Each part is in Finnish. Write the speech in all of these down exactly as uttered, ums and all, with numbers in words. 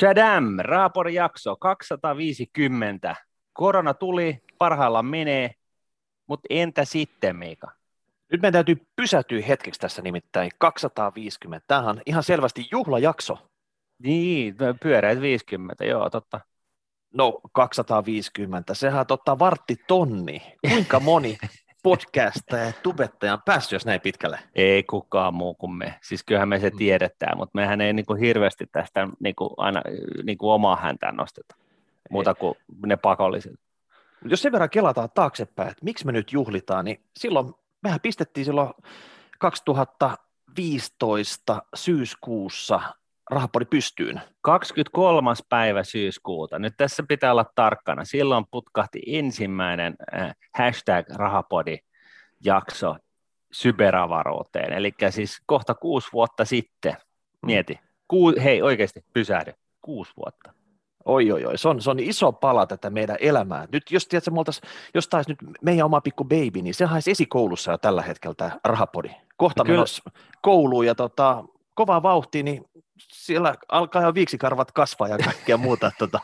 Tadam, Raapori jakso kaksisataaviisikymmentä. Korona tuli, parhaillaan menee, mutta entä sitten, Miika? Nyt meidän täytyy pysätyä hetkeksi tässä nimittäin kaksisataaviisikymmentä. Tämähän on ihan selvästi juhlajakso. Niin, pyöreät viisikymmentä, joo, totta. No kaksisataaviisikymmentä, sehän on totta vartti tonni. Kuinka moni podcastaja ja tubettaja on päässyt jos näin pitkälle? Ei kukaan muu kuin me. Siis kyllähän me se Mm. tiedetään, mutta mehän ei niinku hirveästi tästä niinku aina niinku omaa häntään nosteta. Muuta kuin ne pakolliset. Jos sen verran kelataan taaksepäin, että miksi me nyt juhlitaan, niin silloin mehän pistettiin silloin kaksituhattaviisitoista syyskuussa Rahapodi pystyyn. kahdeskymmeneskolmas päivä syyskuuta. Nyt tässä pitää olla tarkkana. Silloin putkahti ensimmäinen äh, hashtag Rahapodi-jakso cyberavaruuteen. Eli siis kohta kuusi vuotta sitten. Mieti. Ku, hei, oikeasti pysähdy. Kuusi vuotta. Oi, oi, oi. Se on, se on iso pala tätä meidän elämää. Nyt jos, tiedätkö, me oltais, jos taisi nyt meidän oma pikku baby, niin se haisi esikoulussa jo tällä hetkellä tämä Rahapodi. Kohta Kyllä. menossa kouluun ja tota, kovaa vauhtia, niin siellä alkaa jo viiksikarvat kasvaa ja kaikkea muuta. tota.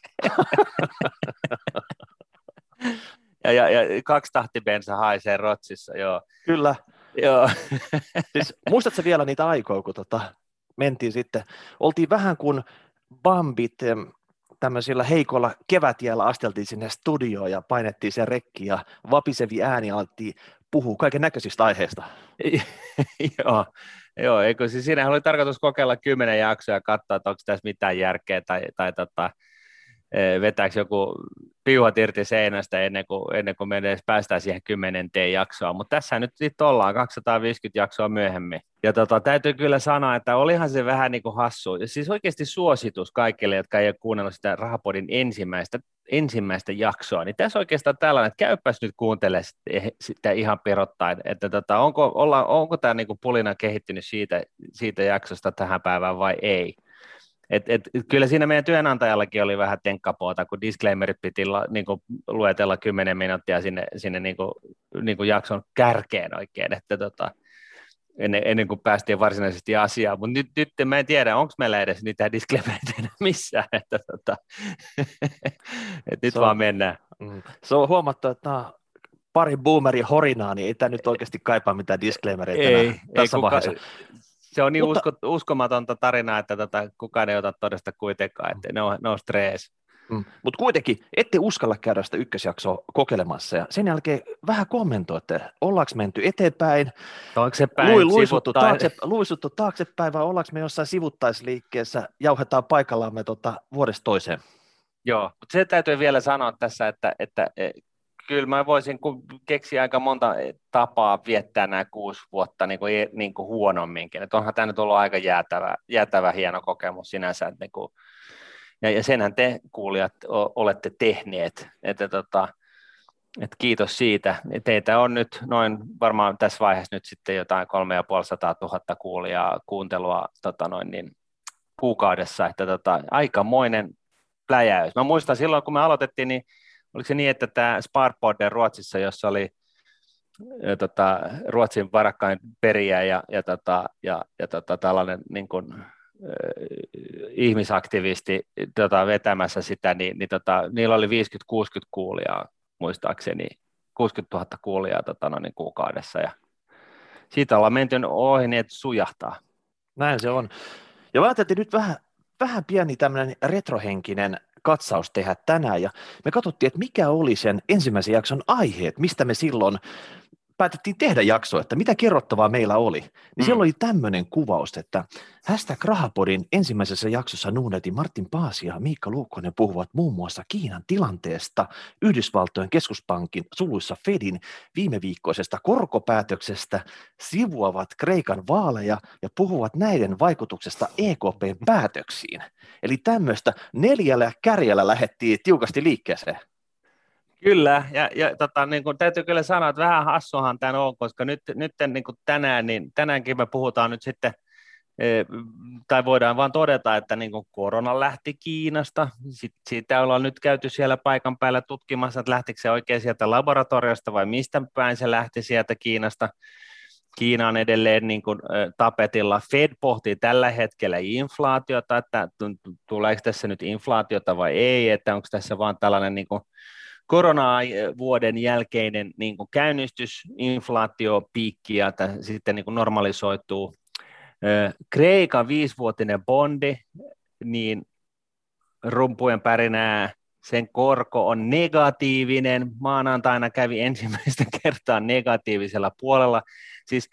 ja, ja, ja kaksi tahtibensa haisee Rotsissa, joo. Kyllä. Joo. Siis, muistatko vielä niitä aikoja, kun tota, mentiin sitten, oltiin vähän kuin Bambit tämmöisillä heikolla kevätjällä asteltiin sinne studioon ja painettiin sen rekki ja vapisevi ääni alettiin puhua kaiken näköisistä aiheista. Joo, joo, eikö siis siinähän oli tarkoitus kokeilla kymmenen jaksoa ja katsoa, että onko tässä mitään järkeä tai, tai tota, vetääkö joku piuhat irti seinästä ennen kuin, ennen kuin me edes päästään siihen kymmenenteen jaksoon, mutta tässä nyt sitten ollaan kaksisataaviisikymmentä jaksoa myöhemmin. Ja tota, täytyy kyllä sanoa, että olihan se vähän niin kuin hassu, ja siis oikeasti suositus kaikille, jotka ei ole kuunnellut sitä Rahapodin ensimmäistä, ensimmäistä jaksoa, niin tässä oikeastaan tällainen, että käypäs nyt kuuntele sitä ihan perottaen, että tota, onko, olla, onko tämä niin kuin pulina kehittynyt siitä, siitä jaksosta tähän päivään vai ei. Et, et, kyllä siinä meidän työnantajallakin oli vähän tenkkapoota, kun disclaimerit piti la, niin kuin luetella kymmenen minuuttia sinne, sinne niin kuin, niin kuin jakson kärkeen oikein, että tota, ennen, ennen kuin päästiin varsinaisesti asiaan, mutta nyt, nyt mä en tiedä, onko meillä edes niitä disclaimereita missään, että tota, et nyt on, vaan mennään. Mm, se on huomattu, että no, pari boomerin horinaa, niin ei tämä nyt oikeasti kaipaa mitään disclaimereita ei, enää tässä ei vaiheessa. Se on niin Mutta, usko, uskomatonta tarinaa, että tota, kukaan ei ota todesta kuitenkaan, että no, no stress. Mm. Mutta kuitenkin ette uskalla käydä sitä ykkösjaksoa kokeilemassa ja sen jälkeen vähän kommentoitte, ollaanko menty eteenpäin, taaksepäin, lui, luisuttu, taakse, luisuttu taaksepäin vai ollaanko me jossain sivuttaisliikkeessä, jauhetaan paikallamme tota, vuodesta toiseen. Joo, mutta se täytyy vielä sanoa tässä, että, että kyllä mä voisin keksiä aika monta tapaa viettää nämä kuusi vuotta niin kuin, niin kuin huonomminkin. Että onhan tämä nyt ollut aika jäätävä, jäätävä hieno kokemus sinänsä. Että niin kuin, ja, ja senhän te kuulijat o, olette tehneet. Että, tota, että kiitos siitä. Teitä on nyt noin varmaan tässä vaiheessa nyt sitten jotain kolme ja puoli sataa tuhatta kuulijaa kuuntelua tota noin, niin, kuukaudessa. Että tota, aikamoinen pläjäys. Mä muistan silloin, kun me aloitettiin, niin oliko se niin, että tämä Sparpodden Ruotsissa, jossa oli ja, tota, Ruotsin varakkain perijä ja, ja, tota, ja, ja tota, tällainen niin kuin, äh, ihmisaktivisti tota, vetämässä sitä, niin, niin tota, niillä oli viisikymmentä kuusikymmentä kuulijaa, muistaakseni, kuusikymmentätuhatta kuulijaa tota, no, niin kuukaudessa, ja siitä ollaan menty ohi niin, että sujahtaa. Näin se on. Ja mä ajattelin nyt vähän, vähän pieni tämmöinen retrohenkinen katsaus tehdä tänään, ja me katsottiin, että mikä oli sen ensimmäisen jakson aiheet, mistä me silloin päätettiin tehdä jakso, että mitä kerrottavaa meillä oli. Niin mm. siellä oli tämmöinen kuvaus, että hashtag Rahapodin ensimmäisessä jaksossa Nuunetin Martin Paasi ja Miikka Luukkonen puhuvat muun muassa Kiinan tilanteesta, Yhdysvaltojen keskuspankin suluissa Fedin viime viikkoisesta korkopäätöksestä, sivuavat Kreikan vaaleja ja puhuvat näiden vaikutuksesta E K P:n päätöksiin. Eli tämmöistä neljällä kärjellä lähdettiin tiukasti liikkeeseen. Kyllä, ja, ja tota, niin kuin, täytyy kyllä sanoa, että vähän hassuhan tämä on, koska nyt, nyt niin kuin tänään, niin tänäänkin me puhutaan nyt sitten, e, tai voidaan vaan todeta, että niin kuin korona lähti Kiinasta, sitten siitä ollaan nyt käyty siellä paikan päällä tutkimassa, että lähtikö se oikein sieltä laboratoriosta vai mistä päin se lähti sieltä Kiinasta. Kiina on edelleen niin kuin, tapetilla. Fed pohtii tällä hetkellä inflaatiota, että tuleeko tässä nyt inflaatiota vai ei, että onko tässä vaan tällainen niin kuin koronavuoden jälkeinen niin kuin käynnistys, inflaatiopiikki ja sitten niin kuin normalisoituu. Kreikan viisivuotinen bondi, niin rumpujen pärinää, sen korko on negatiivinen, maanantaina kävi ensimmäistä kertaa negatiivisella puolella, siis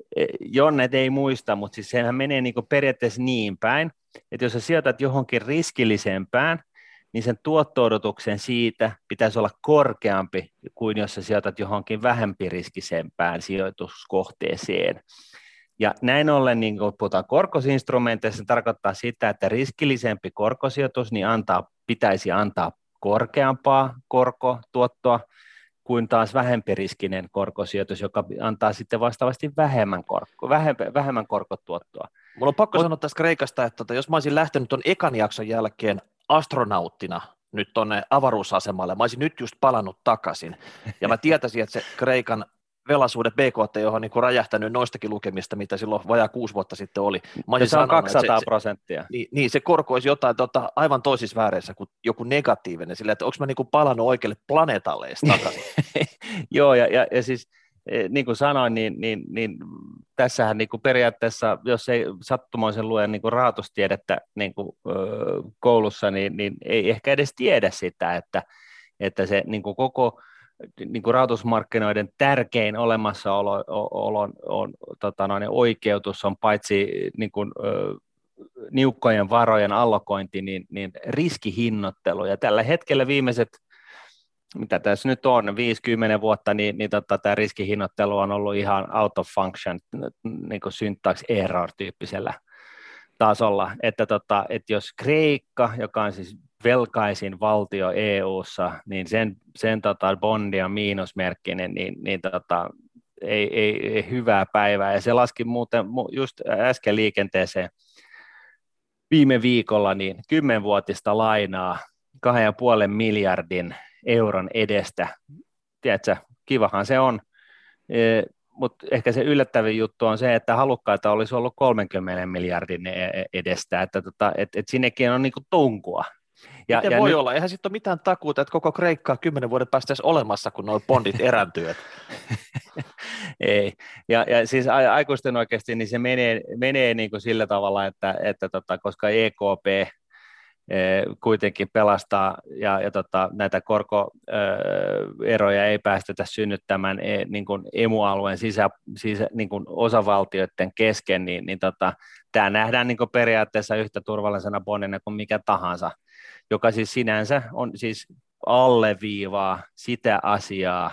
Jonnet ei muista, mutta siis sehän menee niin kuin periaatteessa niin päin, että jos sä sijoitat johonkin riskillisempään, niin sen tuotto-odotuksen siitä pitäisi olla korkeampi kuin jos sä sijoitat johonkin vähempi riskisempään sijoituskohteeseen. Ja näin ollen, niin kun puhutaan korkosinstrumenteista, se tarkoittaa sitä, että riskillisempi korkosijoitus niin antaa, pitäisi antaa korkeampaa korkotuottoa kuin taas vähempiriskinen korkosijoitus, joka antaa sitten vastaavasti vähemmän, korko, vähemmän, vähemmän korkotuottoa. Mulla on pakko Mut... sanoa tästä Kreikasta, että tota, jos mä olisin lähtenyt tuon ekan jakson jälkeen astronauttina nyt tuonne avaruusasemalle, mä olisin nyt just palannut takaisin, ja mä tietäisin, että se Kreikan velasuhde B K T, johon on niin kuin räjähtänyt noistakin lukemista, mitä silloin vajaa kuusi vuotta sitten oli. Mä se on sanonut, kaksisataa prosenttia. Se, niin, niin, se korko olisi jotain tota, aivan toisissa vääreissä kuin joku negatiivinen, sillä että onko mä niin kuin palannut oikealle planeetalle edes takaisin. Joo, ja, ja, ja siis niin kuin sanoin, niin, niin, niin tässähän niin kuin periaatteessa, jos ei sattumoisen lue niin kuin rahoitustiedettä niin kuin, ö, koulussa, niin, niin ei ehkä edes tiedä sitä, että, että se niin kuin koko niin kuin rahoitusmarkkinoiden tärkein olemassaolo on, on, on tota noin, oikeutus on paitsi niin kuin, ö, niukkojen varojen allokointi, niin, niin riskihinnoittelu. Ja tällä hetkellä viimeiset, mitä tässä nyt on, viisikymmentä vuotta, niin, niin tota, tämä riskihinnoittelu on ollut ihan out of function, niin kuin syntax error-tyyppisellä tasolla. Että, tota, että jos Kreikka, joka on siis velkaisin valtio E U:ssa, niin sen, sen tota bondi on miinusmerkkinen, niin, niin tota, ei, ei, ei hyvää päivää. Ja se laski muuten just äsken liikenteeseen viime viikolla niin kymmenvuotista lainaa kahden ja puolen miljardin euron edestä. Tiedätkö, kivahan se on, e, mutta ehkä se yllättävin juttu on se, että halukkaita olisi ollut kolmenkymmenen miljardin edestä, että tota, et, et sinnekin on niinku tunkua. Ja, Miten ja voi nyt... olla? Eihän sitten ole mitään takuuta, että koko Kreikka kymmenen vuoden päästä edes olemassa, kun nuo bondit erääntyvät. Ei. Ja, ja siis aikuisten oikeasti niin se menee, menee niin kuin sillä tavalla, että, että tota, koska E K P e, kuitenkin pelastaa ja, ja tota, näitä korkoeroja ei päästetä synnyttämään e, niin kuin emu-alueen sisä, sisä, niin kuin osavaltioiden kesken, niin, niin tota, tämä nähdään niin kuin periaatteessa yhtä turvallisena bondina kuin mikä tahansa, joka siis sinänsä on siis alleviivaa sitä asiaa,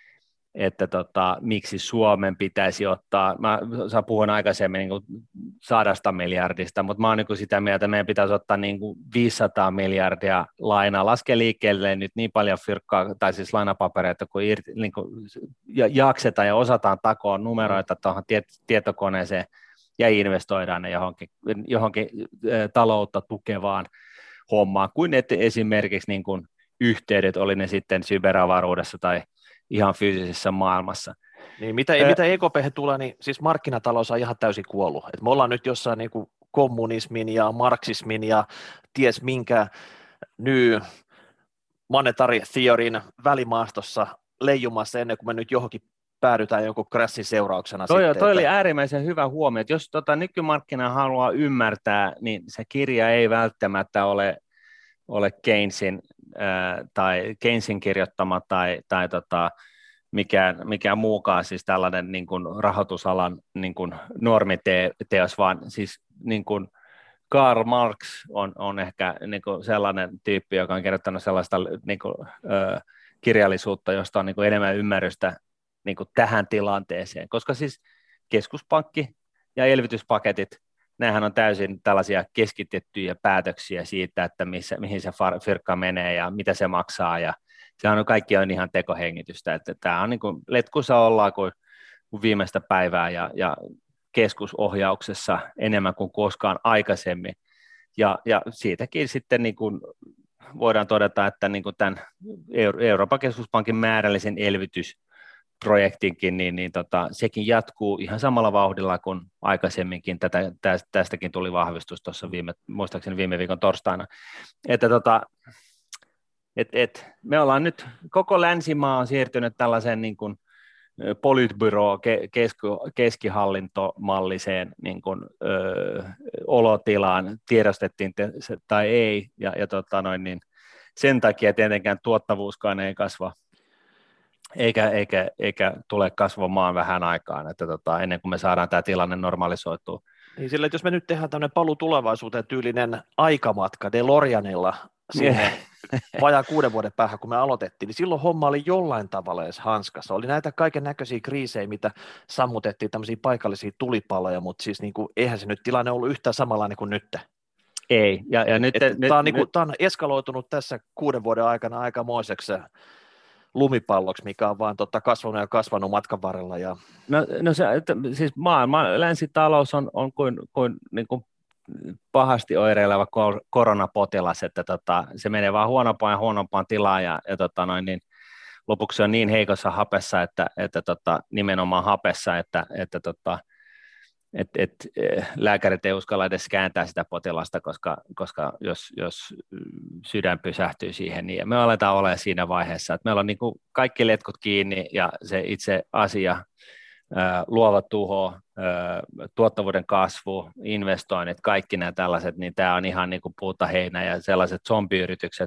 että tota, miksi Suomen pitäisi ottaa, mä puhun aikaisemmin niin kuin sadasta miljardista, mutta mä oon niin kuin sitä mieltä, että meidän pitäisi ottaa niin kuin viisisataa miljardia lainaa, laske liikkeelle nyt niin paljon fyrkkaa, tai siis lainapapereita, kun irti, niin kuin jaksetaan ja osataan takoa numeroita tuohon tietokoneeseen ja investoidaan ne johonkin, johonkin taloutta tukevaan hommaan, kuin että esimerkiksi niin kuin yhteydet, oli ne sitten cyberavaruudessa tai ihan fyysisessä maailmassa. Niin, mitä, Ä... mitä E K P tulee, niin siis markkinatalous on ihan täysin kuollut. Et me ollaan nyt jossain niin kuin kommunismin ja marksismin ja ties minkä new monetary theoryn välimaastossa leijumassa ennen kuin me nyt johonkin päädytään jonkun crashin seurauksena. Toi, sitten, toi että... oli äärimmäisen hyvä huomio, että jos tota nykymarkkina haluaa ymmärtää, niin se kirja ei välttämättä ole, ole Keynesin äh, tai Keynesin kirjoittama tai, tai tota, mikään, mikään muukaan siis tällainen niin kuin rahoitusalan niin kuin normiteos, vaan siis niin kuin Karl Marx on, on ehkä niin kuin sellainen tyyppi, joka on kirjoittanut sellaista niin kuin, äh, kirjallisuutta, josta on niin kuin enemmän ymmärrystä niin kuin tähän tilanteeseen, koska siis keskuspankki ja elvytyspaketit, nämähän on täysin tällaisia keskitettyjä päätöksiä siitä, että missä, mihin se firkka menee ja mitä se maksaa, ja sehän on kaikki on ihan tekohengitystä, että tämä on niin kuin letkussa ollaan kuin, kuin viimeistä päivää ja, ja keskusohjauksessa enemmän kuin koskaan aikaisemmin, ja, ja siitäkin sitten niin kuin voidaan todeta, että niin kuin tämän Euroopan keskuspankin määrällisen elvytys projektinkin, niin, niin tota, sekin jatkuu ihan samalla vauhdilla kuin aikaisemminkin. Tätä, tästäkin tuli vahvistus tuossa viime, muistaakseni viime viikon torstaina. Että tota, et, et, me ollaan nyt, koko länsimaa on siirtynyt tällaiseen niin kuin politbyro keski, keskihallintomalliseen niin kuin, ö, olotilaan, tiedostettiin te, se, tai ei, ja, ja tota noin, niin sen takia tietenkään tuottavuuskaan ei kasva, eikä, eikä, eikä tule kasvamaan vähän aikaan, että tota, ennen kuin me saadaan tämä tilanne normalisoitua. Niin sillä, että jos me nyt tehdään tämmöinen paluu tulevaisuuteen tyylinen aikamatka DeLoreanilla sinne vajaa kuuden vuoden päähän, kun me aloitettiin, niin silloin homma oli jollain tavalla edes hanskassa. Oli näitä kaiken näköisiä kriisejä, mitä sammutettiin, tämmöisiä paikallisia tulipaloja, mutta siis niin kuin, eihän se nyt tilanne ollut yhtään samanlainen kuin nyt. Ei, ja, ja nyt, Et, nyt, tämä, on, nyt, niin kuin, tämä on eskaloitunut tässä kuuden vuoden aikana aikamoiseksi lumipalloksi, mikä on vaan totta kasvanut ja kasvanut matkan varrella. Ja... No, no se, että, siis maailman länsitalous on, on kuin, kuin, niin kuin pahasti oireileva koronapotilas, että tota, se menee vaan huonompaan ja huonompaan tilaan, ja, ja tota noin, niin lopuksi se on niin heikossa hapessa, että, että tota, nimenomaan hapessa, että, että tota, et, et, lääkärit ei uskalla edes kääntää sitä potilasta, koska, koska jos, jos sydän pysähtyy siihen, niin me aletaan olemaan siinä vaiheessa, että meillä on niin kuin kaikki letkut kiinni, ja se itse asia, luova tuho, tuottavuuden kasvu, investoinnit, kaikki nämä tällaiset, niin tämä on ihan niin kuin puuta heinä, ja sellaiset zombiyritykset,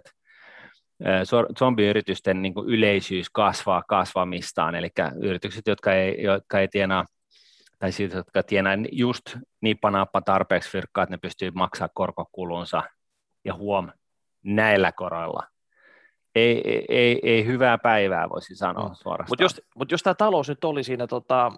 zombiyritysten niin kuin yleisyys kasvaa kasvamistaan, eli yritykset, jotka ei, jotka ei tienaa, tai siitä, jotka tienaa just nippa-nappa tarpeeksi fyrkkaa, että ne pystyy maksamaan korkokulunsa, ja huom, näillä koroilla. Ei, ei, ei hyvää päivää, voisi sanoa mm. suorastaan. Mutta jos, mut jos tämä talous nyt oli siinä tota,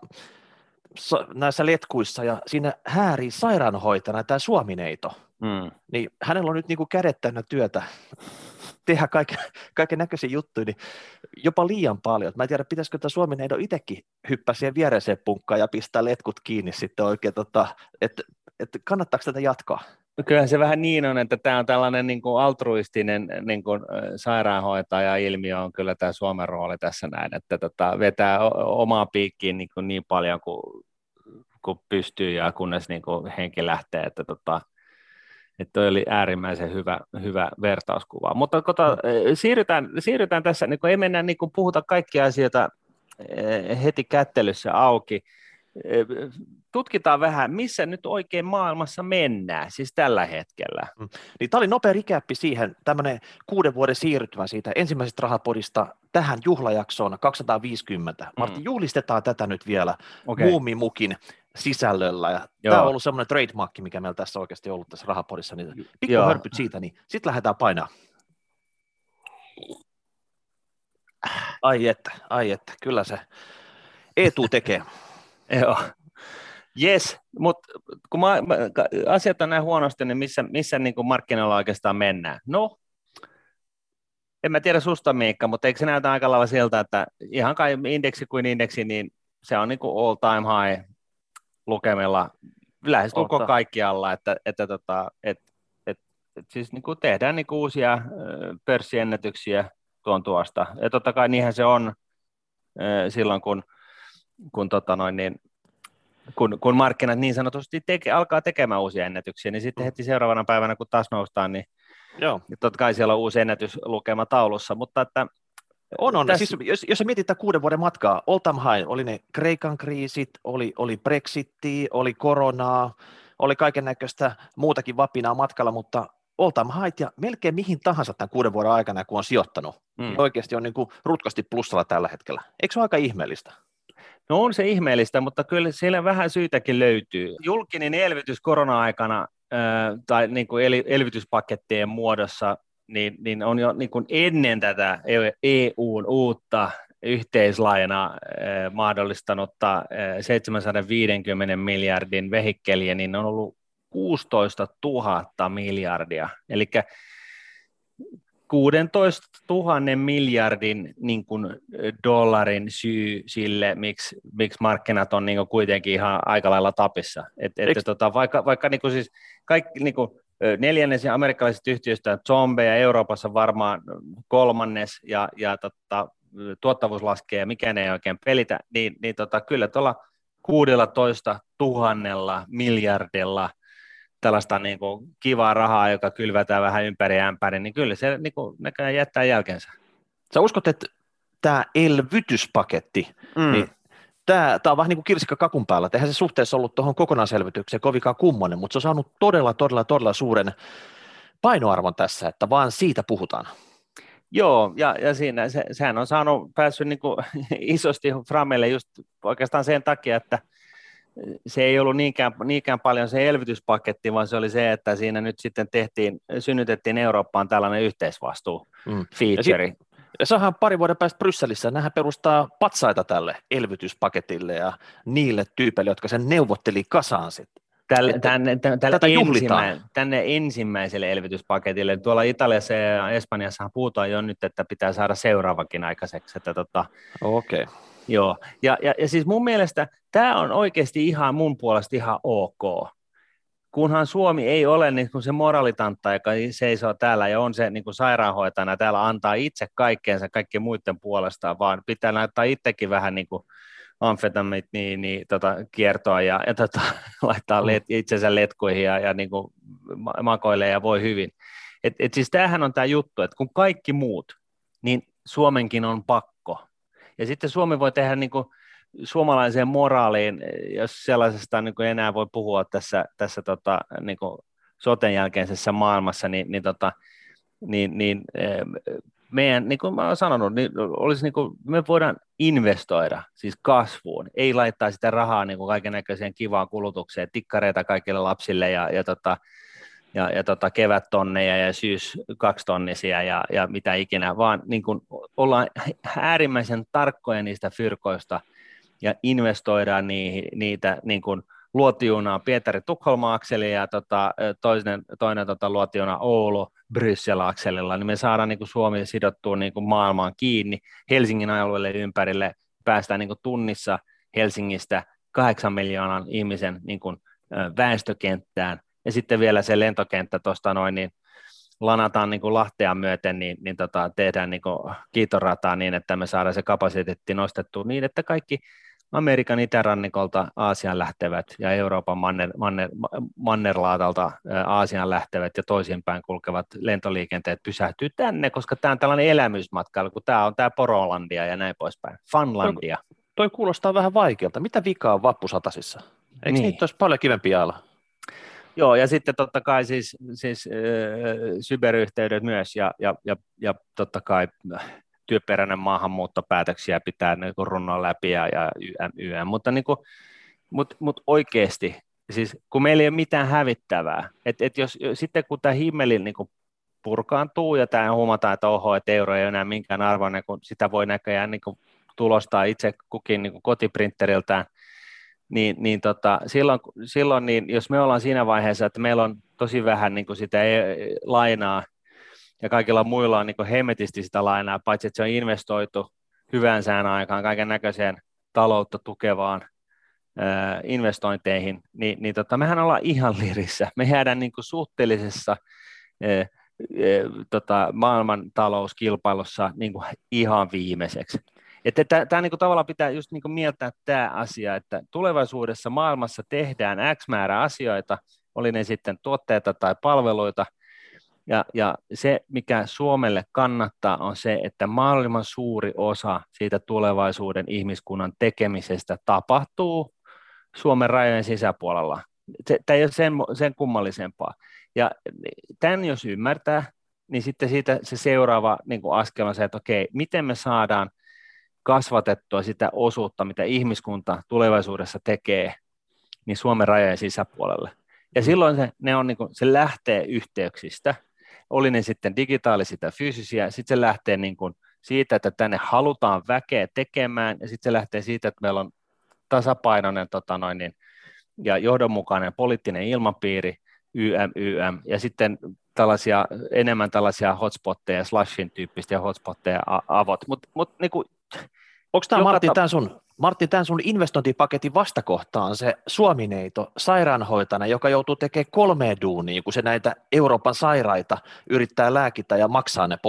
näissä letkuissa ja siinä häärii sairaanhoitajana tämä Suomineito, mm. niin hänellä on nyt niinku kädet täynnä työtä tehdä kaiken, kaiken näköisiä juttuja, niin jopa liian paljon. Mä en tiedä, pitäisikö tämä Suomineido itsekin hyppää siihen viereiseen punkkaan ja pistää letkut kiinni sitten oikein, tota, että et kannattaako tätä jatkaa? Kyllähän se vähän niin on, että tämä on tällainen niin kuin altruistinen niin kuin sairaanhoitaja-ilmiö on kyllä tämä Suomen rooli tässä näin, että tota, vetää omaa piikkiin niin, kuin niin paljon kuin, kuin pystyy ja kunnes niin kuin henki lähtee, että tota, että toi oli äärimmäisen hyvä, hyvä vertauskuva. Mutta kota, siirrytään, siirrytään tässä, niin kuin ei mennä niin kuin puhuta kaikkia asioita heti kättelyssä auki. Tutkitaan vähän, missä nyt oikein maailmassa mennään, siis tällä hetkellä. Mm. Niin tämä oli nopea rikäppi siihen, tämmöinen kuuden vuoden siirtymä siitä ensimmäisestä Rahapodista tähän juhlajaksoon kaksisataaviisikymmentä. Mm. Martti, juhlistetaan tätä nyt vielä okay. Muumimukin sisällöllä. Ja tämä on ollut semmoinen trademark, mikä meillä tässä oikeasti on ollut tässä Rahapodissa. Niin pikku hörpyt siitä, niin sitten lähdetään painaa. Ai että, ai että, kyllä se Eetu tekee. Joo, jes, mutta kun mä, mä, asiat on näin huonosti, niin missä, missä niin kuin markkinoilla oikeastaan mennään? No, en mä tiedä susta, Miikka, mutta eikö se näytä aika lailla siltä, että ihan kai indeksi kuin indeksi, niin se on niin kuin all time high lukemilla lähes tulkoon kaikkialla, että, että, että, että, että, että siis niin kuin tehdään niin kuin uusia pörssiennätyksiä tuon tuosta. Ja totta kai niinhän se on silloin, kun kun, tota noin, niin, kun, kun markkinat niin sanotusti teke, alkaa tekemään uusia ennätyksiä, niin sitten heti seuraavana päivänä, kun taas noustaan, niin, niin totta kai siellä on uusi ennätyslukema taulussa, mutta että on, on. Tässä... Siis, jos, jos mietitään kuuden vuoden matkaa, all time high, oli ne Kreikan kriisit, oli, oli Brexitia, oli koronaa, oli kaiken näköistä muutakin vapinaa matkalla, mutta all time high ja melkein mihin tahansa tämän kuuden vuoden aikana, kun on sijoittanut, mm. niin oikeasti on niin kuin rutkasti plussalla tällä hetkellä. Eikö se ole aika ihmeellistä? No on se ihmeellistä, mutta kyllä siellä vähän syytäkin löytyy. Julkinen elvytys korona-aikana äh, tai niin kuin elvytyspakettien muodossa niin, niin on jo niin kuin ennen tätä E U:n uutta yhteislainaa äh, mahdollistanutta äh, seitsemänsataaviisikymmentä miljardin vehikkeliä, niin on ollut kuusitoista tuhatta miljardia. Eli kuusitoista tuhannen miljardin niin kuin dollarin syy sille, miksi, miksi markkinat on niin kuin kuitenkin ihan aika lailla tapissa. Et, et, tota, vaikka vaikka niin kuin siis kaikki niin kuin neljännes amerikkalaisista yhtiöistä zombeja, Euroopassa varmaan kolmannes ja, ja tota, tuottavuus laskee ja mikään ei oikein pelitä, niin, niin tota, kyllä tuolla kuusitoista tuhannella miljardilla tällaista niin kuin kivaa rahaa, joka kylvätään vähän ympäri ämpäri, niin kyllä se niin kuin näköjään jättää jälkensä. Sä uskot, että tämä elvytyspaketti, Mm. niin tämä, tämä on vähän niin kuin kirsikka kakun päällä. Eihän se suhteessa ollut tuohon kokonaiselvytykseen kovinkaan kummonen, mutta se on saanut todella, todella, todella suuren painoarvon tässä, että vaan siitä puhutaan. Joo, ja, ja siinä se, sehän on saanut päässyt niin kuin isosti framelle just oikeastaan sen takia, että se ei ollut niinkään, niinkään paljon se elvytyspaketti, vaan se oli se, että siinä nyt sitten tehtiin, synnytettiin Eurooppaan tällainen yhteisvastuu mm. feature. Ja, ja saadaan pari vuoden päästä Brysselissä, nämähän perustaa patsaita tälle elvytyspaketille ja niille tyypeille, jotka sen neuvotteli kasaan sitten. Tälle, tänne, tälle ensimmä, tänne ensimmäiselle elvytyspaketille. Tuolla Italiassa ja Espanjassa puhutaan jo nyt, että pitää saada seuraavakin aikaiseksi. Että tota, Okei. Okay. Joo, ja, ja, ja siis mun mielestä tämä on oikeasti ihan mun puolesta ihan ok, kunhan Suomi ei ole niin kuin se moraalitantta, joka seisoo täällä ja on se niin kuin sairaanhoitajana täällä antaa itse kaikkeensa kaikkien muiden puolestaan, vaan pitää näyttää itsekin vähän niin kuin amfetamit niin, niin, tota, kiertoa ja, ja tota, laittaa let, itsensä letkuihin ja, ja niin kuin makoilee ja voi hyvin. Et, et siis tämähän on tämä juttu, että kun kaikki muut, niin Suomenkin on pakko. Ja sitten Suomi voi tehdä niin kuin suomalaiseen moraaliin, jos sellaisesta niin kuin enää voi puhua tässä, tässä tota, niin kuin soten jälkeisessä maailmassa, niin, niin, tota, niin, niin meidän, niin kuin mä olen sanonut, niin olisi niin kuin, me voidaan investoida siis kasvuun, ei laittaa sitä rahaa niin kuin kaikennäköiseen kivaan kulutukseen, tikkareita kaikille lapsille ja, ja, tota, ja, ja tota, kevättonneja ja syys kaksitonnisia ja, ja mitä ikinä, vaan niin kuin ollaan äärimmäisen tarkkoja niistä fyrkoista ja investoidaan niihin, niitä niin kuin luotijunaa Pietari-Tukholma-akselilla ja tota, toinen, toinen tota, luotijuna Oulu-Bryssel-akselilla, niin me saadaan niin kuin Suomi sidottua niin kuin maailmaan kiinni Helsingin alueelle ympärille, päästään niin kuin tunnissa Helsingistä kahdeksan miljoonan ihmisen niin kuin väestökenttään, ja sitten vielä se lentokenttä tuosta noin, niin lanataan niin kuin Lahtea myöten, niin, niin tota, tehdään niin kuin kiitorataa niin, että me saadaan se kapasiteetti nostettua niin, että kaikki Amerikan itärannikolta Aasian lähtevät ja Euroopan manner, manner, mannerlaatalta Aasian lähtevät ja toisinpäin kulkevat lentoliikenteet pysähtyy tänne, koska tämä on tällainen elämysmatkailu, kun tämä on tämä Porolandia ja näin poispäin, Funlandia. Toi, toi kuulostaa vähän vaikealta. Mitä vikaa on vappusatasissa? Eikö niin. niitä olisi paljon kivempiä alla? Joo, ja sitten totta kai siis, siis äh, cyberyhteydet myös ja, ja, ja, ja totta kai työperäinen maahanmuuttopäätöksiä pitää niin kuin runnoa läpi ja, ja ym, ym. Mutta, niin kuin, mut, mut oikeasti, siis kun meillä ei ole mitään hävittävää, että et jos sitten kun tämä himmeli niin kuin purkaantuu ja tämä huomataan, että oho, että euro ei ole enää minkään arvoinen, kun sitä voi näköjään niin kuin tulostaa itse kukin niin kuin kotiprinteriltään, niin, niin tota, silloin, silloin niin, jos me ollaan siinä vaiheessa, että meillä on tosi vähän niin kuin sitä lainaa, ja kaikilla muilla on niin kuin hemmetisti sitä lainaa, paitsi että se on investoitu hyvän sään aikaan kaiken näköiseen taloutta tukevaan ää, investointeihin, niin, niin tota, mehän ollaan ihan lirissä. Me jäädään niin kuin suhteellisessa ää, ää, tota, maailmantalouskilpailussa niin kuin ihan viimeiseksi. Tämä niin tavallaan pitää just niin kuin mieltää tämä asia, että tulevaisuudessa maailmassa tehdään X määrä asioita, oli ne sitten tuotteita tai palveluita, ja, ja se, mikä Suomelle kannattaa, on se, että maailman suuri osa siitä tulevaisuuden ihmiskunnan tekemisestä tapahtuu Suomen rajojen sisäpuolella. Tämä ei ole sen, sen kummallisempaa. Ja tämän jos ymmärtää, niin sitten siitä se seuraava niin kuin askel on se, että okei, miten me saadaan kasvatettua sitä osuutta, mitä ihmiskunta tulevaisuudessa tekee, niin Suomen rajojen sisäpuolelle. Ja silloin se, ne on, niin kuin, se lähtee yhteyksistä, oli ne sitten digitaalisia tai fyysisiä, sitten se lähtee niin kuin siitä, että tänne halutaan väkeä tekemään, ja sitten se lähtee siitä, että meillä on tasapainoinen tota noin, niin, ja johdonmukainen poliittinen ilmapiiri, Y M, Y M, ja sitten tällaisia, enemmän tällaisia hotspotteja, slashin tyyppisiä hotspotteja, avot, mutta mut, niin kuin onko tämä Martti, ta- tämän sun, Martti, tämän sun investointipaketin vastakohtaan se Suomineito sairaanhoitajana, joka joutuu tekemään kolmea duunia, kun se näitä Euroopan sairaita yrittää lääkitä ja maksaa ne pois?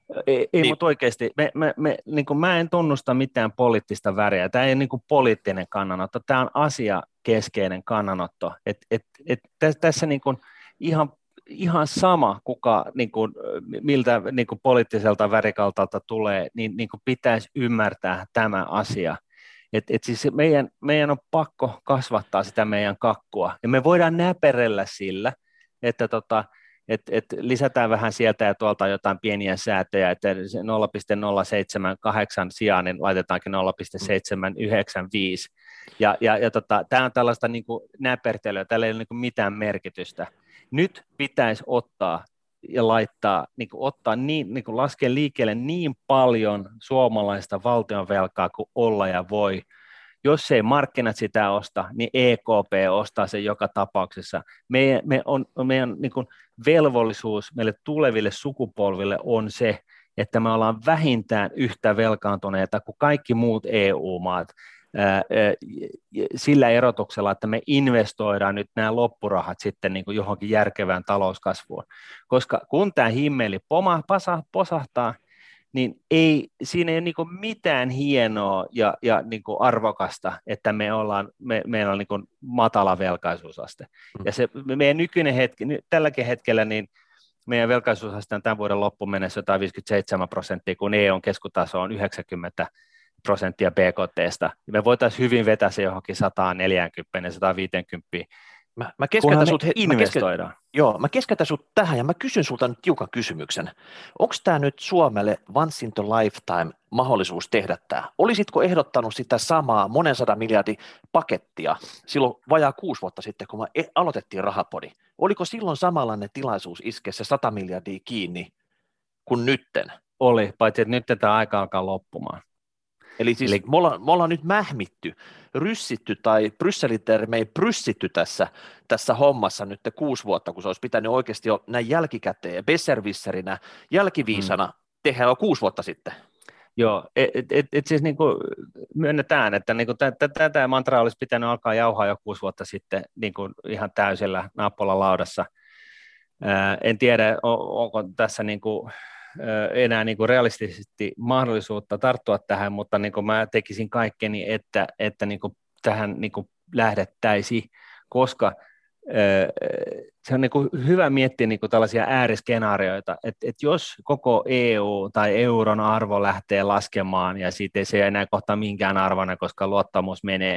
Ei, ei Niin, mutta oikeasti, me, me, me, niin kuin mä en tunnusta mitään poliittista väriä. Tämä ei niin kuin poliittinen kannanotto, tämä on asiakeskeinen kannanotto. Et, et, et tässä, tässä niin kuin ihan, ihan sama, kuka, niin kuin, miltä niin kuin poliittiselta värikaltalta tulee, niin, niin kuin pitäisi ymmärtää tämä asia. Et, et siis meidän, meidän on pakko kasvattaa sitä meidän kakkua, ja me voidaan näperellä sillä, että tota, et, et lisätään vähän sieltä ja tuolta jotain pieniä säätöjä, että nolla pilkku nolla seitsemän kahdeksan sijaan niin laitetaankin nolla pilkku seitsemän yhdeksän viisi. Ja, ja, ja tota, tämä on tällaista niin kuin näpertelyä, tällä ei ole niin kuin mitään merkitystä. Nyt pitäisi ottaa ja laittaa, niin kuin ottaa niin, niin kuin laskea liikkeelle niin paljon suomalaista valtionvelkaa kuin olla ja voi. Jos ei markkinat sitä osta, niin E K P ostaa sen joka tapauksessa. Meidän, me on, meidän niin kuin velvollisuus meille tuleville sukupolville on se, että me ollaan vähintään yhtä velkaantuneita kuin kaikki muut E U-maat sillä erotuksella, että me investoidaan nyt nämä loppurahat sitten niin kuin johonkin järkevään talouskasvuun. Koska kun tämä himmeli poma, pasa, posahtaa, niin ei, siinä ei ole niin kuin mitään hienoa ja, ja niin kuin arvokasta, että me ollaan, me, meillä on niin kuin matala velkaisuusaste. Ja se meidän nykyinen hetki, tälläkin hetkellä, niin meidän velkaisuusaste on tämän vuoden loppuun mennessä jotain viisikymmentäseitsemän prosenttia, kun E U:n keskutaso on yhdeksänkymmentä prosenttia B K T:stä. Me voitaisiin hyvin vetää se johonkin sata neljäkymmentä sata viisikymmentä, Mä, mä keskeytän sut, investoidaan. Mä keske, joo, mä keskeytän sut tähän ja mä kysyn sulta nyt tiukan kysymyksen. Onko tämä nyt Suomelle once in a lifetime mahdollisuus tehdä tämä? Olisitko ehdottanut sitä samaa monen sadan miljardin pakettia silloin vajaa kuusi vuotta sitten, kun me aloitettiin Rahapodi? Oliko silloin samanlainen tilaisuus iskeä se sata miljardia kiinni kuin nytten? Oli, paitsi että nyt tätä aika alkaa loppumaan. Eli siis Eli... Me, ollaan, me ollaan nyt mähmitty, ryssitty tai Brysselin ei pryssitty tässä, tässä hommassa nyt kuusi vuotta, kun se olisi pitänyt oikeasti jo näin jälkikäteen, besservisserinä, jälkiviisana hmm. tehdä jo kuusi vuotta sitten. Joo, et, et, et siis niin kuin myönnetään, että niin kuin tätä mantraa olisi pitänyt alkaa jauhaa jo kuusi vuotta sitten niin kuin ihan täysillä nappolan laudassa. Ää, en tiedä, onko tässä niin kuin enää niin kuin realistisesti mahdollisuutta tarttua tähän, mutta niin kuin mä tekisin kaikkeni, että, että niin kuin tähän niin kuin lähdettäisiin, koska se on niin kuin hyvä miettiä niin kuin tällaisia ääriskenaarioita, että, että jos koko E U tai euron arvo lähtee laskemaan ja siitä ei se ei enää kohta minkään arvona, koska luottamus menee,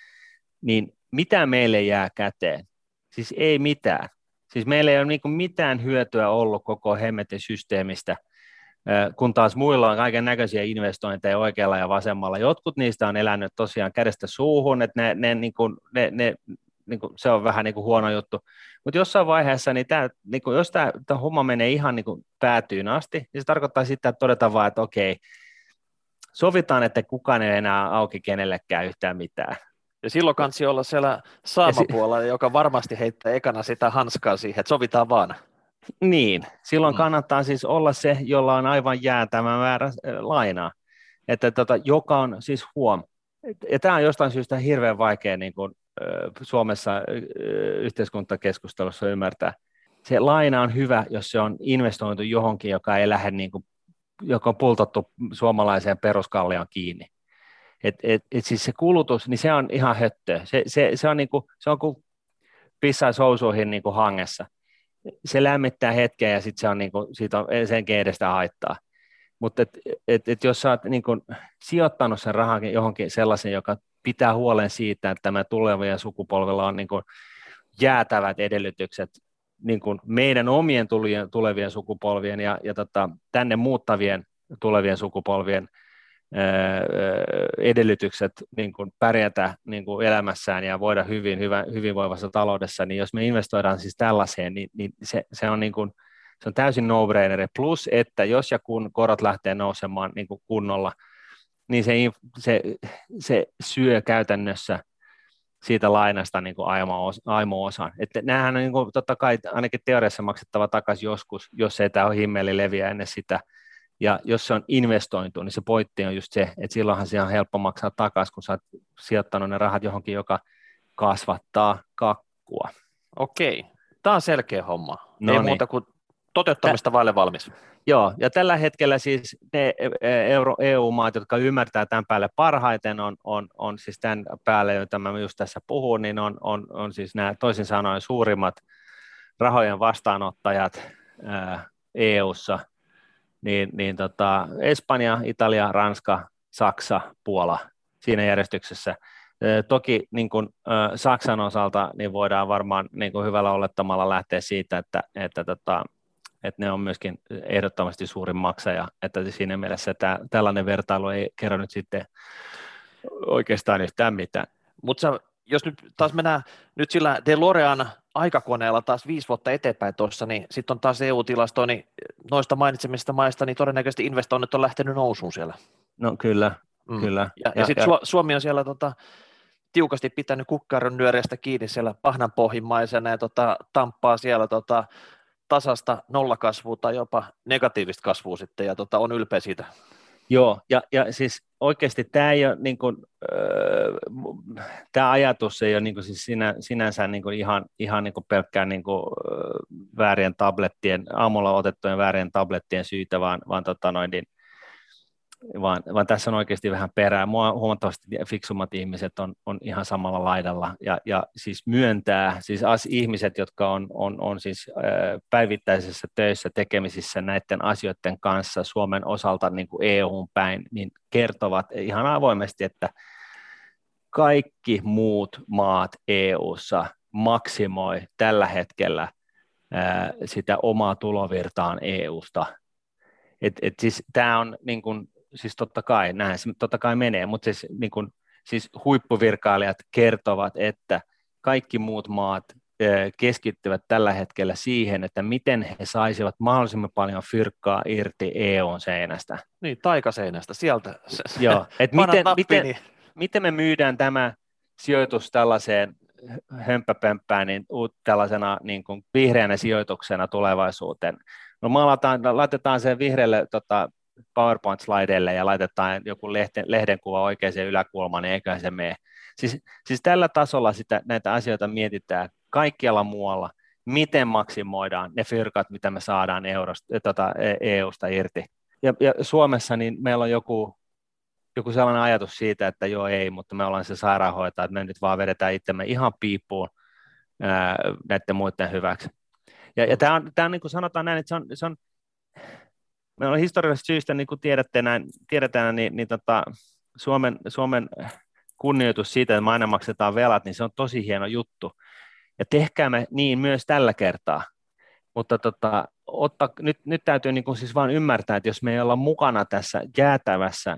niin mitä meille jää käteen? Siis ei mitään. Siis meillä ei ole niin kuin mitään hyötyä ollut koko hemmetin systeemistä, kun taas muilla on kaiken näköisiä investointeja oikealla ja vasemmalla. Jotkut niistä on elänyt tosiaan kädestä suuhun, että ne, ne, niin kuin, ne, ne, niin kuin, se on vähän niin kuin huono juttu. Mutta jossain vaiheessa, niin tämä, niin kuin, jos tämä, tämä homma menee ihan niin kuin päätyyn asti, niin se tarkoittaa sitä, että todetaan vaan, että okei, sovitaan, että kukaan ei enää auki kenellekään yhtään mitään. Ja silloin kansi olla siellä saamapuolella, si- joka varmasti heittää ekana sitä hanskaa siihen, että sovitaan vaan. Niin, silloin mm. kannattaa siis olla se, jolla on aivan jäätävä määrä lainaa, että tota, joka on siis huom. Ja tämä on jostain syystä hirveän vaikea niin kuin, Suomessa yhteiskuntakeskustelussa ymmärtää. Se laina on hyvä, jos se on investoitu johonkin, joka ei lähde, niin kuin, joka on pultattu suomalaiseen peruskallioon kiinni. Et, et, et siis se kulutus, niin se on ihan höttöä. Se, se, se on niin kuin, se on kuin pissaisi housuihin niin kuin hangessa. Se lämmittää hetkeä ja sitten se on niin kuin, siitä on senkin edestä haittaa. Mutta et, et, et jos sä oot niin kuin sijoittanut sen rahan johonkin sellaisen, joka pitää huolen siitä, että tämä tulevien sukupolvilla on niin kuin jäätävät edellytykset niin kuin meidän omien tulevien sukupolvien ja, ja tota, tänne muuttavien tulevien sukupolvien edellytykset niin kuin pärjätä niin kuin elämässään ja voida hyvin, hyvä, hyvinvoivassa taloudessa, niin jos me investoidaan siis tällaiseen, niin, niin se, se, on niin kuin, se on täysin no-brainer. Plus, että jos ja kun korot lähtee nousemaan niin kuin kunnolla, niin se, se, se syö käytännössä siitä lainasta niin kuin aimo-osan. Että näähän on niin kuin, totta kai ainakin teoriassa maksettava takaisin joskus, jos ei tämä himmeli leviä ennen sitä. Ja jos se on investointu, niin se pointti on just se, että silloinhan se on helppo maksaa takaisin, kun sä oot sijoittanut ne rahat johonkin, joka kasvattaa kakkua. Okei, tämä on selkeä homma. No ei, niin. muuta kuin, toteuttamista vaille valmis. Joo, ja tällä hetkellä siis ne Euro, E U-maat, jotka ymmärtää tämän päälle parhaiten, on, on, on siis tämän päälle, jota mä just tässä puhun, niin on, on, on siis nämä toisin sanoen suurimmat rahojen vastaanottajat ää, E U:ssa, niin, niin tota, Espanja, Italia, Ranska, Saksa, Puola siinä järjestyksessä. Ää, toki niin kun, ää, Saksan osalta niin voidaan varmaan niin kun hyvällä olettamalla lähteä siitä, että, että tota, että ne on myöskin ehdottomasti suurin maksaja, että siinä mielessä tämä, tällainen vertailu ei kerro nyt sitten oikeastaan yhtään mitään. Mutta jos nyt taas mennään nyt sillä DeLorean aikakoneella taas viisi vuotta eteenpäin tuossa, niin sitten on taas E U-tilasto, niin noista mainitsemista maista, niin todennäköisesti investoinnit on lähtenyt nousuun siellä. No kyllä, mm. kyllä. Ja, ja, ja sitten Su- Suomi on siellä tota, tiukasti pitänyt kukkaron nyöreästä kiinni siellä pahnanpohjimmaisena ja tota, tamppaa siellä tota, tasasta nollakasvua tai jopa negatiivista kasvua sitten, ja tota, on ylpeä siitä. Joo, ja, ja siis oikeasti tämä ei ole, niin kuin, öö, tämä ajatus ei ole niin kuin siis sinä, sinänsä niin kuin ihan, ihan niin kuin pelkkään niin kuin, öö, väärien tablettien, aamulla otettujen väärien tablettien syytä, vaan, vaan tota noin, niin, Vaan, vaan tässä on oikeasti vähän perää. Mua huomattavasti fiksummat ihmiset on, on ihan samalla laidalla ja, ja siis myöntää, siis as, ihmiset, jotka on, on, on siis äh, päivittäisessä töissä tekemisissä näiden asioiden kanssa Suomen osalta niin kuin E U:n päin, niin kertovat ihan avoimesti, että kaikki muut maat E U:ssa maksimoi tällä hetkellä äh, sitä omaa tulovirtaan E U:sta. Et, et siis tämä on niin kuin siis totta kai, näin se totta kai menee, mutta siis, niin kun, siis huippuvirkailijat kertovat, että kaikki muut maat keskittyvät tällä hetkellä siihen, että miten he saisivat mahdollisimman paljon fyrkkaa irti E U:n seinästä. Niin, taikaseinästä, sieltä. Joo, että miten, miten, niin. miten me myydään tämä sijoitus tällaiseen hömppäpömppään niin tällaisena niin kuin vihreänä sijoituksena tulevaisuuteen. No maalataan, laitetaan se vihreälle tota, PowerPoint-slideille ja laitetaan joku lehden, lehdenkuva oikeaan yläkulmaan, niin eiköhän se mene. Siis, siis tällä tasolla sitä, näitä asioita mietitään kaikkialla muualla, miten maksimoidaan ne fyrkat, mitä me saadaan eurosta, tota, E U:sta irti. Ja, ja Suomessa niin meillä on joku, joku sellainen ajatus siitä, että joo ei, mutta me ollaan se sairaanhoitaja, että me nyt vaan vedetään itsemme ihan piippuun ää, näiden muiden hyväksi. Ja, ja tämä on, tämä on niin kuin sanotaan näin, että se on, se on meillä on historiallisesta syystä, niin kuin tiedätte näin, tiedetään, niin, niin tota, Suomen, Suomen kunnioitus siitä, että me aina maksetaan velat, niin se on tosi hieno juttu. Ja tehkäämme niin myös tällä kertaa. Mutta tota, otta, nyt, nyt täytyy niin kuin siis vaan ymmärtää, että jos me ei olla mukana tässä jäätävässä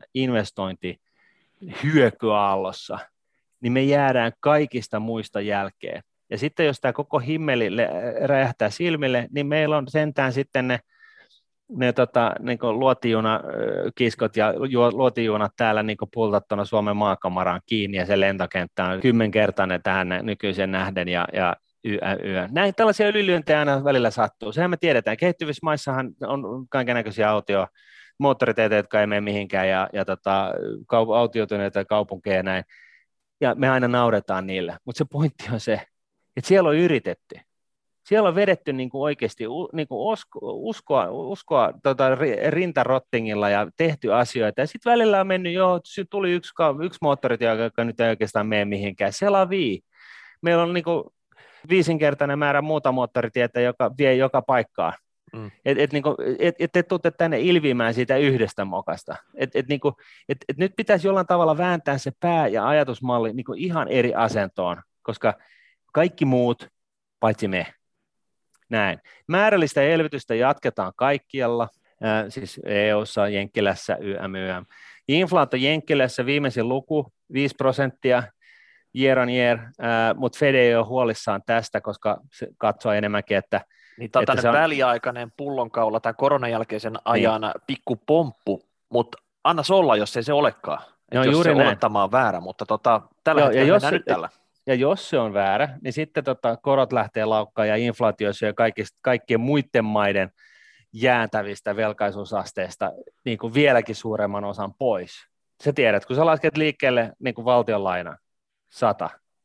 investointihyökyaallossa, niin me jäädään kaikista muista jälkeen. Ja sitten jos tämä koko himmeli räjähtää silmille, niin meillä on sentään sitten ne ne tota, niin luotijuna-kiskot ja luotijunat täällä niin pultattuna Suomen maakamaraan kiinni ja se lentokenttä on kymmenkertainen tähän nykyiseen nähden ja, ja yö, yö. Näin tällaisia ylilyöntejä aina välillä sattuu. Sehän me tiedetään. Kehittyvissä maissahan on kaikennäköisiä autio moottoriteitä, jotka ei mene mihinkään ja, ja tota, kaup- autioituneita kaupunkeja ja näin. Ja me aina nauretaan niillä. Mutta se pointti on se, että siellä on yritetty. Siellä on vedetty niin kuin oikeasti niin kuin uskoa, uskoa tota, rintarottingilla ja tehty asioita. Ja sitten välillä on mennyt, joo, tuli yksi, yksi moottoritie, joka nyt ei oikeastaan mene mihinkään. Selavii. Meillä on niin kuin viisinkertainen määrä muuta moottoritietä, joka vie joka paikkaan. Mm. Että et, niin et, et te tuutte tänne ilviimään siitä yhdestä mokasta. Et, et, niin kuin, et, et nyt pitäisi jollain tavalla vääntää se pää ja ajatusmalli niin kuin ihan eri asentoon, koska kaikki muut, paitsi me. Näin. Määrällistä elvytystä jatketaan kaikkialla, äh, siis E U:ssa, Jenkkilässä, Y M Y M. Inflaatio Jenkkilässä viimeisin luku, viisi prosenttia year on year, äh, mutta Fed ei ole huolissaan tästä, koska se katsoo enemmänkin, että niin tämä on, on väliaikainen pullonkaula tämän koronan jälkeisen ajan niin. Pikkupomppu, mutta anna se olla, jos ei se olekaan. No, jos se olettama on väärä, mutta tota, tällä Joo, hetkellä mennään nyt tällä. Ja jos se on väärä, niin sitten tota, korot lähtee laukkaan ja inflaatio syö kaikista, kaikkien muiden maiden jäätävistä velkaisuusasteista niin kuin vieläkin suuremman osan pois. Sä tiedät, kun sä lasket liikkeelle niin kuin valtion laina, sata,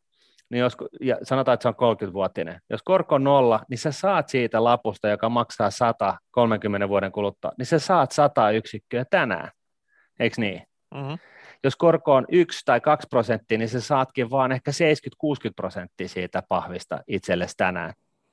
niin jos, ja sanotaan, että se on kolmekymmenvuotinen, jos korko on nolla, niin sä saat siitä lapusta, joka maksaa sata kolmenkymmenen vuoden kuluttua, niin sä saat sata yksikköä tänään, eikö niin? Mm-hmm. Jos korko on yksi tai kaksi prosenttia, niin sä saatkin vaan ehkä seitsemänkymmentä kuusikymmentä prosenttia siitä pahvista itsellesi tänään.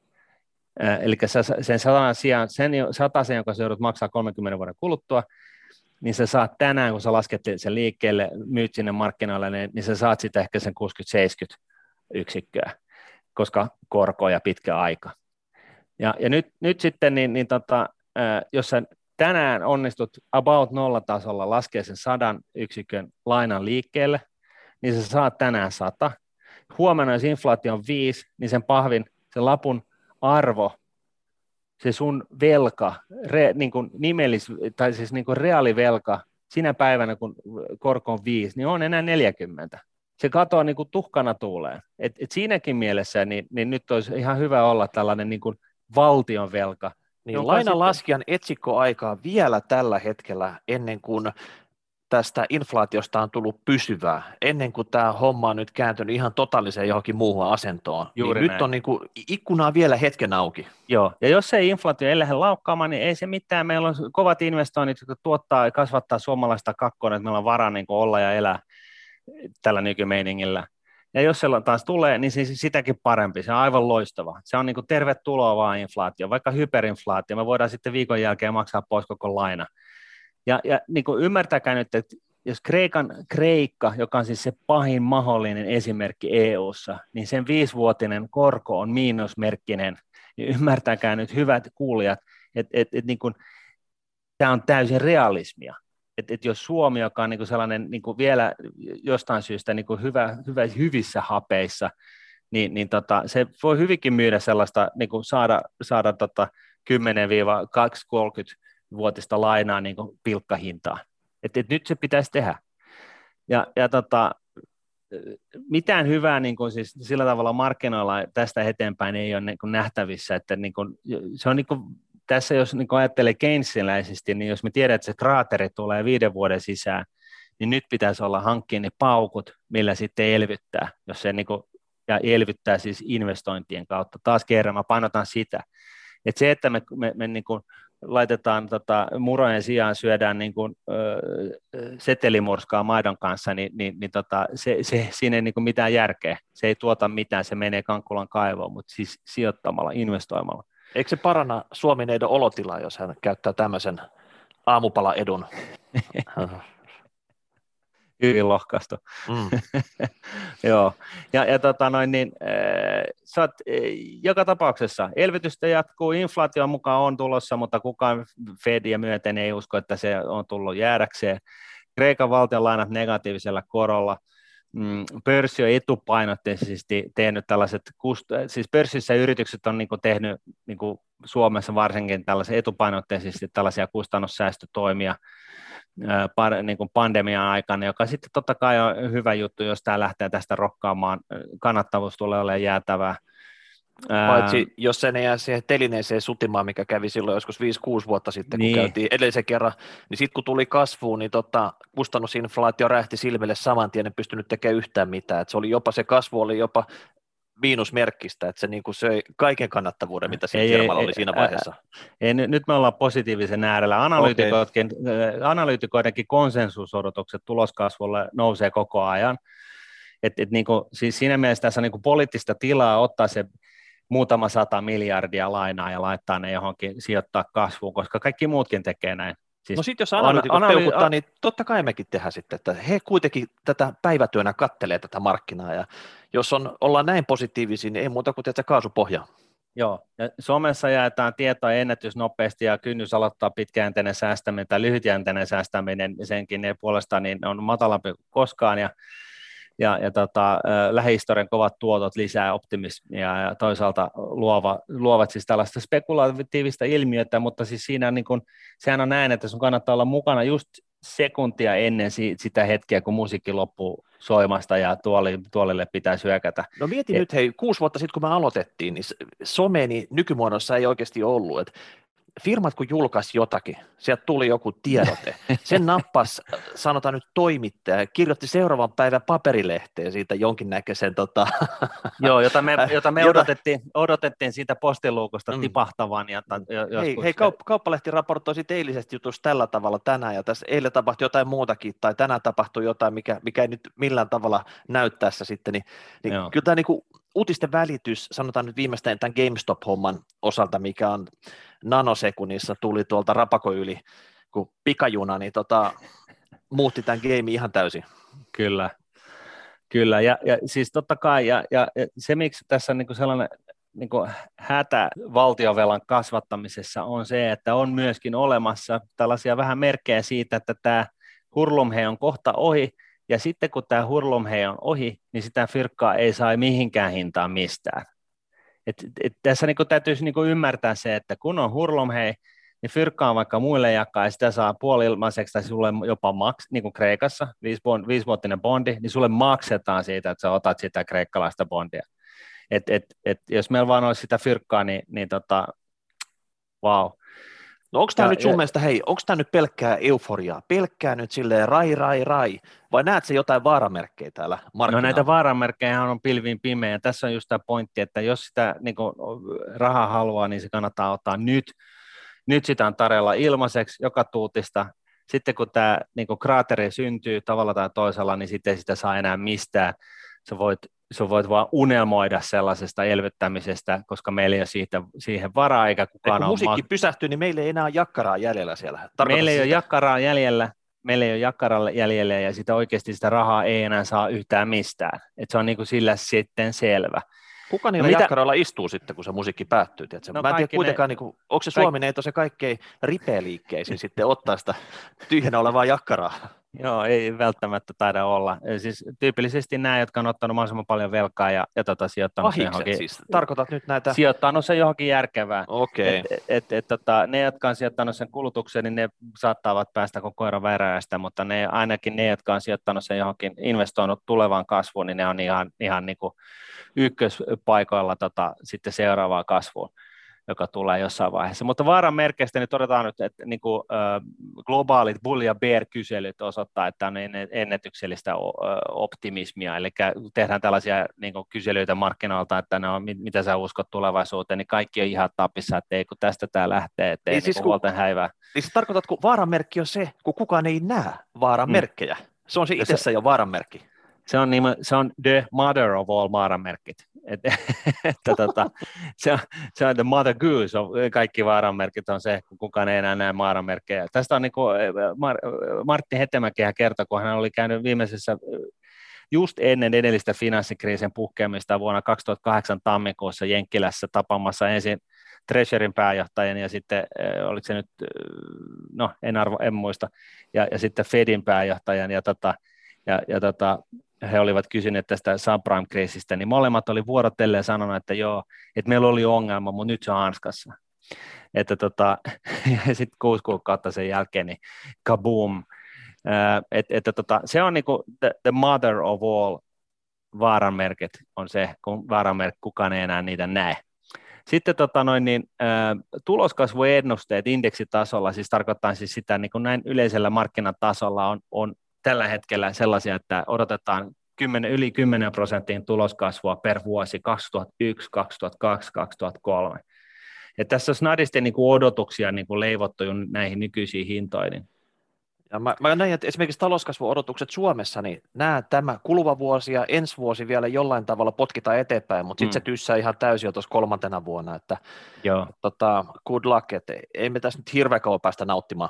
Eli sen satan sijaan, sen satasen, jonka sä joudut maksaa kolmenkymmenen vuoden kuluttua, niin sä saat tänään, kun sä lasket sen liikkeelle, myyt sinne markkinoille, niin, niin sä saat sitten ehkä sen kuusikymmentä seitsemänkymmentä yksikköä, koska korko ja pitkä aika. Ja, ja nyt, nyt sitten, niin, niin tota, jos sä tänään onnistut about nollatasolla laskea sen sadan yksikön lainan liikkeelle, niin sä saat tänään sata. Huomenna, jos inflaatio on viisi, niin sen pahvin, sen lapun arvo, se sun velka, re, niin kuin nimellis, tai siis niin kuin reaalivelka, sinä päivänä, kun korko on viisi, niin on enää neljäkymmentä. Se katoaa niin kuin tuhkana tuuleen. Et, et siinäkin mielessä niin, niin nyt olisi ihan hyvä olla tällainen niin kuin valtion velka. Niin lainalaskijan sitten etsikkoaikaa vielä tällä hetkellä ennen kuin tästä inflaatiosta on tullut pysyvää, ennen kuin tämä homma on nyt kääntynyt ihan totaaliseen johonkin muuhun asentoon. Juuri niin nyt on niin kuin ikkunaa vielä hetken auki. Joo, ja jos ei inflaatio ei lähde laukkaamaan, niin ei se mitään. Meillä on kovat investoinnit, jotka tuottaa ja kasvattaa suomalaista kakkoa, että meillä on varaa niin kuin olla ja elää tällä nykymeiningillä. Ja jos se taas tulee, niin siis sitäkin parempi. Se on aivan loistava. Se on niin kuin tervetuloa vaan inflaatio, vaikka hyperinflaatio. Me voidaan sitten viikon jälkeen maksaa pois koko laina. Ja, ja niin kuin ymmärtäkää nyt, että jos Kreikan, Kreikka, joka on siis se pahin mahdollinen esimerkki E U:ssa, niin sen viisivuotinen korko on miinusmerkkinen, niin ymmärtäkää nyt hyvät kuulijat, että et, et, niin kuin, tämä on täysin realismia. Että et jos Suomi, joka on niin kuin sellainen niin kuin vielä jostain syystä niin kuin hyvä, hyvä, hyvissä hapeissa, niin, niin tota, se voi hyvinkin myydä sellaista, niin kuin saada, saada tota kymmenen kaksikymmentä vuotista lainaa niin kuin pilkkahintaan. Et, et nyt se pitäisi tehdä. Ja, ja tota, mitään hyvää niin kuin siis sillä tavalla markkinoilla tästä eteenpäin ei ole niin kuin nähtävissä. Että niin kuin, se on niin kuin, tässä jos niin kuin ajattelee keynesiläisesti, niin jos me tiedät, että se kraateri tulee viiden vuoden sisään, niin nyt pitäisi olla hankkia ne paukut, millä sitten elvyttää, jos se niin kuin, ja elvyttää siis investointien kautta. Taas kerran mä painotan sitä, että se, että me, me, me niin kuin laitetaan tota, murojen sijaan, syödään niin kuin, ö, setelimurskaa maidon kanssa, niin, niin, niin tota, se, se, siinä ei niin kuin mitään järkeä. Se ei tuota mitään, se menee Kankkulan kaivoon, mutta siis sijoittamalla, investoimalla. Eikö se paranna Suomi-neidon olotilaa, jos hän käyttää tämmöisen aamupala-edun? Hyvin lohkaistu. Mm. Joo, ja, ja tota noin, niin, äh, sä oot, äh, joka tapauksessa elvytystä jatkuu, inflaatio mukaan on tulossa, mutta kukaan Fedia myöten ei usko, että se on tullut jäädäkseen. Kreikan valtion lainat negatiivisella korolla. Mm, pörssi on etupainotteisesti tehnyt tällaiset, kust- siis pörssissä yritykset on niin kuin tehnyt niin kuin Suomessa varsinkin tällaisia etupainotteisesti tällaisia kustannussäästötoimia, niin kuin pandemian aikana, joka sitten totta kai on hyvä juttu, jos tämä lähtee tästä rokkaamaan. Kannattavuus tulee olemaan jäätävää. Paitsi jos se ei jää siihen telineeseen sutimaan, mikä kävi silloin joskus viisi kuusi vuotta sitten, kun niin. käytiin edellisen kerran, niin sitten kun tuli kasvuun, niin tota, kustannusinflaatio räjähti silmille saman tien, ei pystynyt tekemään yhtään mitään. Et se oli jopa, se kasvu oli jopa miinusmerkkistä, että se niinku söi kaiken kannattavuuden, mitä siinä firmalla ei, oli siinä vaiheessa. Ä, ei, nyt me ollaan positiivisen äärellä. Analyytikoidenkin konsensusodotukset tuloskasvulle nousee koko ajan. Et, et niinku, siis siinä mielessä tässä on niinku poliittista tilaa ottaa se muutama sata miljardia lainaa ja laittaa ne johonkin, sijoittaa kasvuun, koska kaikki muutkin tekee näin. Siis no sitten jos analyytikot analy- peukuttaa, niin totta kai mekin tehdään sitten, että he kuitenkin tätä päivätyönä kattelee tätä markkinaa, ja jos on, ollaan näin positiivisia, niin ei muuta kuin tietää kaasupohjaa. Joo, ja somessa jaetaan tietoa ennätysnopeasti, ja kynnys aloittaa pitkäjänteinen säästäminen tai lyhytjänteinen säästäminen, senkin ne puolestaan niin on matalampi kuin koskaan, ja ja, ja tota, lähihistorian kovat tuotot lisää optimismia ja toisaalta luova, luovat siis tällaista spekulatiivista ilmiötä, mutta siis siinä on niin kuin, sehän on näin, että sun kannattaa olla mukana just sekuntia ennen si, sitä hetkeä, kun musiikki loppuu soimasta ja tuoli, tuolille pitää hyökätä. No mieti Et, nyt, hei, kuusi vuotta sitten kun me aloitettiin, niin some niin nykymuodossa ei oikeasti ollut, että firmat kun julkaisi jotakin, sieltä tuli joku tiedote, sen nappas, sanotaan nyt toimittaja, kirjoitti seuraavan päivän paperilehteen siitä jonkinnäköisen tota, Joo, jota me, jota me jota, odotettiin, odotettiin siitä postiluukosta mm. tipahtavan. Ja ta, hei, hei kaup- kauppalehti raportoi siitä eilisestä jutusta tällä tavalla tänään, ja tässä eilen tapahtui jotain muutakin, tai tänään tapahtui jotain, mikä, mikä ei nyt millään tavalla näy tässä sitten, niin, niin kyllä tämä niinku uutisten välitys, sanotaan nyt viimeistään tämän GameStop-homman osalta, mikä on nanosekunnissa, tuli tuolta rapako yli, kun pikajuna, niin tota, muutti tämän game ihan täysin. Kyllä, kyllä, ja, ja siis totta kai, ja, ja, ja se miksi tässä on niinku sellainen niinku hätä valtionvelan kasvattamisessa on se, että on myöskin olemassa tällaisia vähän merkkejä siitä, että tämä hurlumhei on kohta ohi, ja sitten kun tämä hurlumhei on ohi, niin sitä fyrkkaa ei saa mihinkään hintaan mistään. Et, et tässä niinku täytyisi niinku ymmärtää se, että kun on hurlumhei, niin fyrkkaa on vaikka muille jakaa, ja sitä saa puoli-ilmaiseksi, tai sulle jopa maks, niin kuin Kreikassa, viisivuotinen bondi, niin sulle maksetaan siitä, että sä otat sitä kreikkalaista bondia. Et, et, et, jos meillä vaan olisi sitä fyrkkaa, niin, niin tota, wow. No onko tämä nyt sun ja, mielestä, hei, onko tämä nyt pelkkää euforiaa, pelkkää nyt silleen rai, rai, rai, vai näet se jotain vaaramerkkejä täällä markkinoilla? No näitä vaaramerkkejä on pilviin pimeä, ja tässä on just tämä pointti, että jos sitä niin kuin, rahaa haluaa, niin se kannattaa ottaa nyt. Nyt sitä on tarjolla ilmaiseksi joka tuutista. Sitten kun tämä niin kuin kraateri syntyy tavalla tai toisella, niin sitten ei sitä saa enää mistään. Sä voit, sä voit vaan unelmoida sellaisesta elvyttämisestä, koska meillä ei ole siitä, siihen varaa, eikä kukaan ole... Kun musiikki ma- pysähtyy, niin meillä ei enää ole jakkaraa jäljellä siellä. Tarkoitas meillä ei sitä? ole jakkaraa jäljellä, meillä ei ole jakkaraa jäljellä, ja sitä oikeasti sitä rahaa ei enää saa yhtään mistään. Et se on niin kuin sillä sitten selvä. Kuka niillä no jakkaroilla istuu sitten, kun se musiikki päättyy? No mä en tiedä kuitenkaan, ne... niin kuin, onko se Suomi-neito se kaikkein ripeäliikkeisin sitten ottaa sitä tyhjänä olevaa jakkaraa? Joo, ei välttämättä taida olla. Siis tyypillisesti nämä, jotka on ottanut mahdollisimman paljon velkaa ja, ja tota, sijoittanut sen johonkin. Siis, tarkoitat nyt näitä? Sijoittanut sen johonkin järkevään. Okei. Okay. Et, et, et, tota, ne, jotka on sijoittanut sen kulutukseen, niin ne saattavat päästä kuin koira veräjästä, mutta ne, ainakin ne, jotka on sijoittanut sen johonkin, investoinut tulevaan kasvuun, niin ne on ihan, ihan niin kuin ykköspaikoilla tota, sitten seuraavaan kasvuun, joka tulee jossain vaiheessa. Mutta vaaran merkeistä niin todetaan nyt, että niin kuin, äh, globaalit bull- ja bear-kyselyt osoittaa, että on ennätyksellistä optimismia, eli tehdään tällaisia niin kuin kyselyitä markkinoilta, että ne on, mitä sä uskot tulevaisuuteen, niin kaikki on ihan tapissa, että ei kun tästä tämä lähtee, ettei niin siis niin huolten häivää. Siis tarkoitat, kun vaaran merkki on se, kun kukaan ei näe vaaran merkkejä. Mm. Se on se itsessä jo vaaran merkki. Se on, niin, se on the mother of all vaaranmerkit. Et, että, tota, se, on, se on the mother goose of kaikki vaaranmerkit on se, kun kukaan ei enää näe vaaranmerkkejä. Tästä on niin kuin Mar- Martti Hetemäkihän kertoi, kun hän oli käynyt viimeisessä, just ennen edellistä finanssikriisin puhkeamista vuonna kaksituhattakahdeksan tammikuussa Jenkkilässä tapaamassa ensin Treasurin pääjohtajan ja sitten, oliko se nyt, no en, arvo, en muista, ja, ja sitten Fedin pääjohtajan ja tota, Ja, ja tota, he olivat kysyneet tästä subprime-kriisistä, niin molemmat oli vuorotelleen sanonut, että joo, että meillä oli ongelma, mutta nyt se on hanskassa. Että tota, ja sitten kuusi kuukautta sen jälkeen, niin kaboom. Että, että tota, se on niinku the, the mother of all vaaranmerkit on se, kun vaaranmerkki kukaan ei enää niitä näe. Sitten tota noin, niin, ä, tuloskasvuennusteet indeksitasolla, siis tarkoittaa siis sitä, niin kuin näin yleisellä markkinatasolla on, on tällä hetkellä sellaisia, että odotetaan kymmenen, yli kymmenen prosentin tuloskasvua per vuosi kaksituhattayksi, kaksituhattakaksi, kaksituhattakolme. Ja tässä on snadisti niin kuin odotuksia niin kuin leivottu näihin nykyisiin hintoihin. Ja mä, mä näin, että esimerkiksi talouskasvuodotukset Suomessa, niin nämä tämä kuluva vuosi ja ensi vuosi vielä jollain tavalla potkitaan eteenpäin, mutta sitten mm. se tyssää ihan täysin jo tuossa kolmantena vuonna, että Joo. Tota, good luck, että ei me tässä nyt hirveän kauan päästä nauttimaan.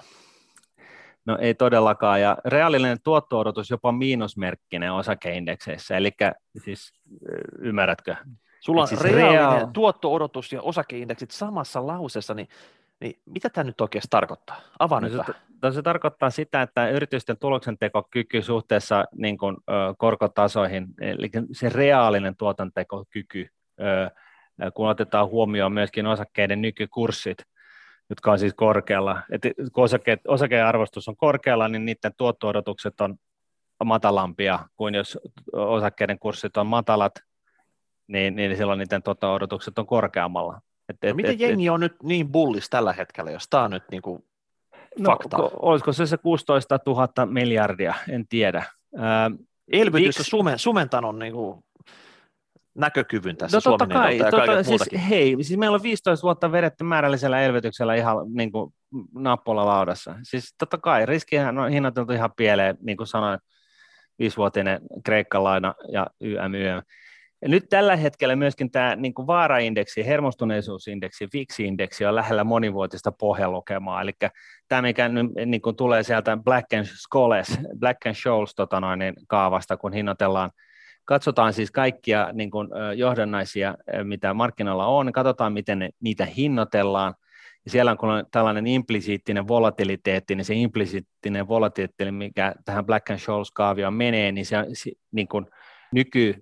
No ei todellakaan, ja reaalinen tuotto-odotus jopa miinusmerkkinen osakeindekseissä, eli siis ymmärrätkö? Sulla on siis reaalinen reaal... tuotto-odotus ja osakeindeksit samassa lauseessa, niin, niin mitä tämä nyt oikeasti tarkoittaa? Avaa no, nyt se, vähän. No, se tarkoittaa sitä, että yritysten tuloksentekokyky suhteessa niin kuin, ö, korkotasoihin, eli se reaalinen tuotantekokyky, ö, kun otetaan huomioon myöskin osakkeiden nykykurssit, jotka on siis korkealla. Et kun osake, osakearvostus on korkealla, niin niiden tuotto-odotukset on matalampia kuin jos osakkeiden kurssit on matalat, niin, niin silloin niiden tuotto-odotukset on korkeammalla. Et, No et, miten et, jengi on nyt niin bullis tällä hetkellä, jos tämä on nyt niin kuin no, fakta? ko, olisiko se se kuusitoista tuhatta miljardia, en tiedä. Ää, Elvytys on Vix, sumen, sumentanut niin kuin näkökyvyn tässä no totta Suomen edulta kai, ja kaiket tota, siis muutakin. hei, siis meillä on viisitoista vuotta vedetty määrällisellä elvytyksellä ihan niin kuin nappula laudassa. Siis totta kai, riskihän on hinnoiteltu ihan pieleen, niin kuin sanoin, viisivuotinen Kreikka-laina ja Y M Y M. Ja nyt tällä hetkellä myöskin tämä niin kuin vaaraindeksi, hermostuneisuusindeksi, Vix-indeksi on lähellä monivuotista pohjalukemaa, eli tämä, mikä nyt niin kuin tulee sieltä Black and Scholes, Black and Scholes tota noin, niin kaavasta, kun hinnoitellaan, katsotaan siis kaikkia niin kuin, johdannaisia, mitä markkinoilla on, katsotaan, miten ne, niitä hinnoitellaan, ja siellä kun on tällainen implisiittinen volatiliteetti, niin se implisiittinen volatiliteetti, mikä tähän Black and Scholes-kaavioon menee, niin se niin kuin nyky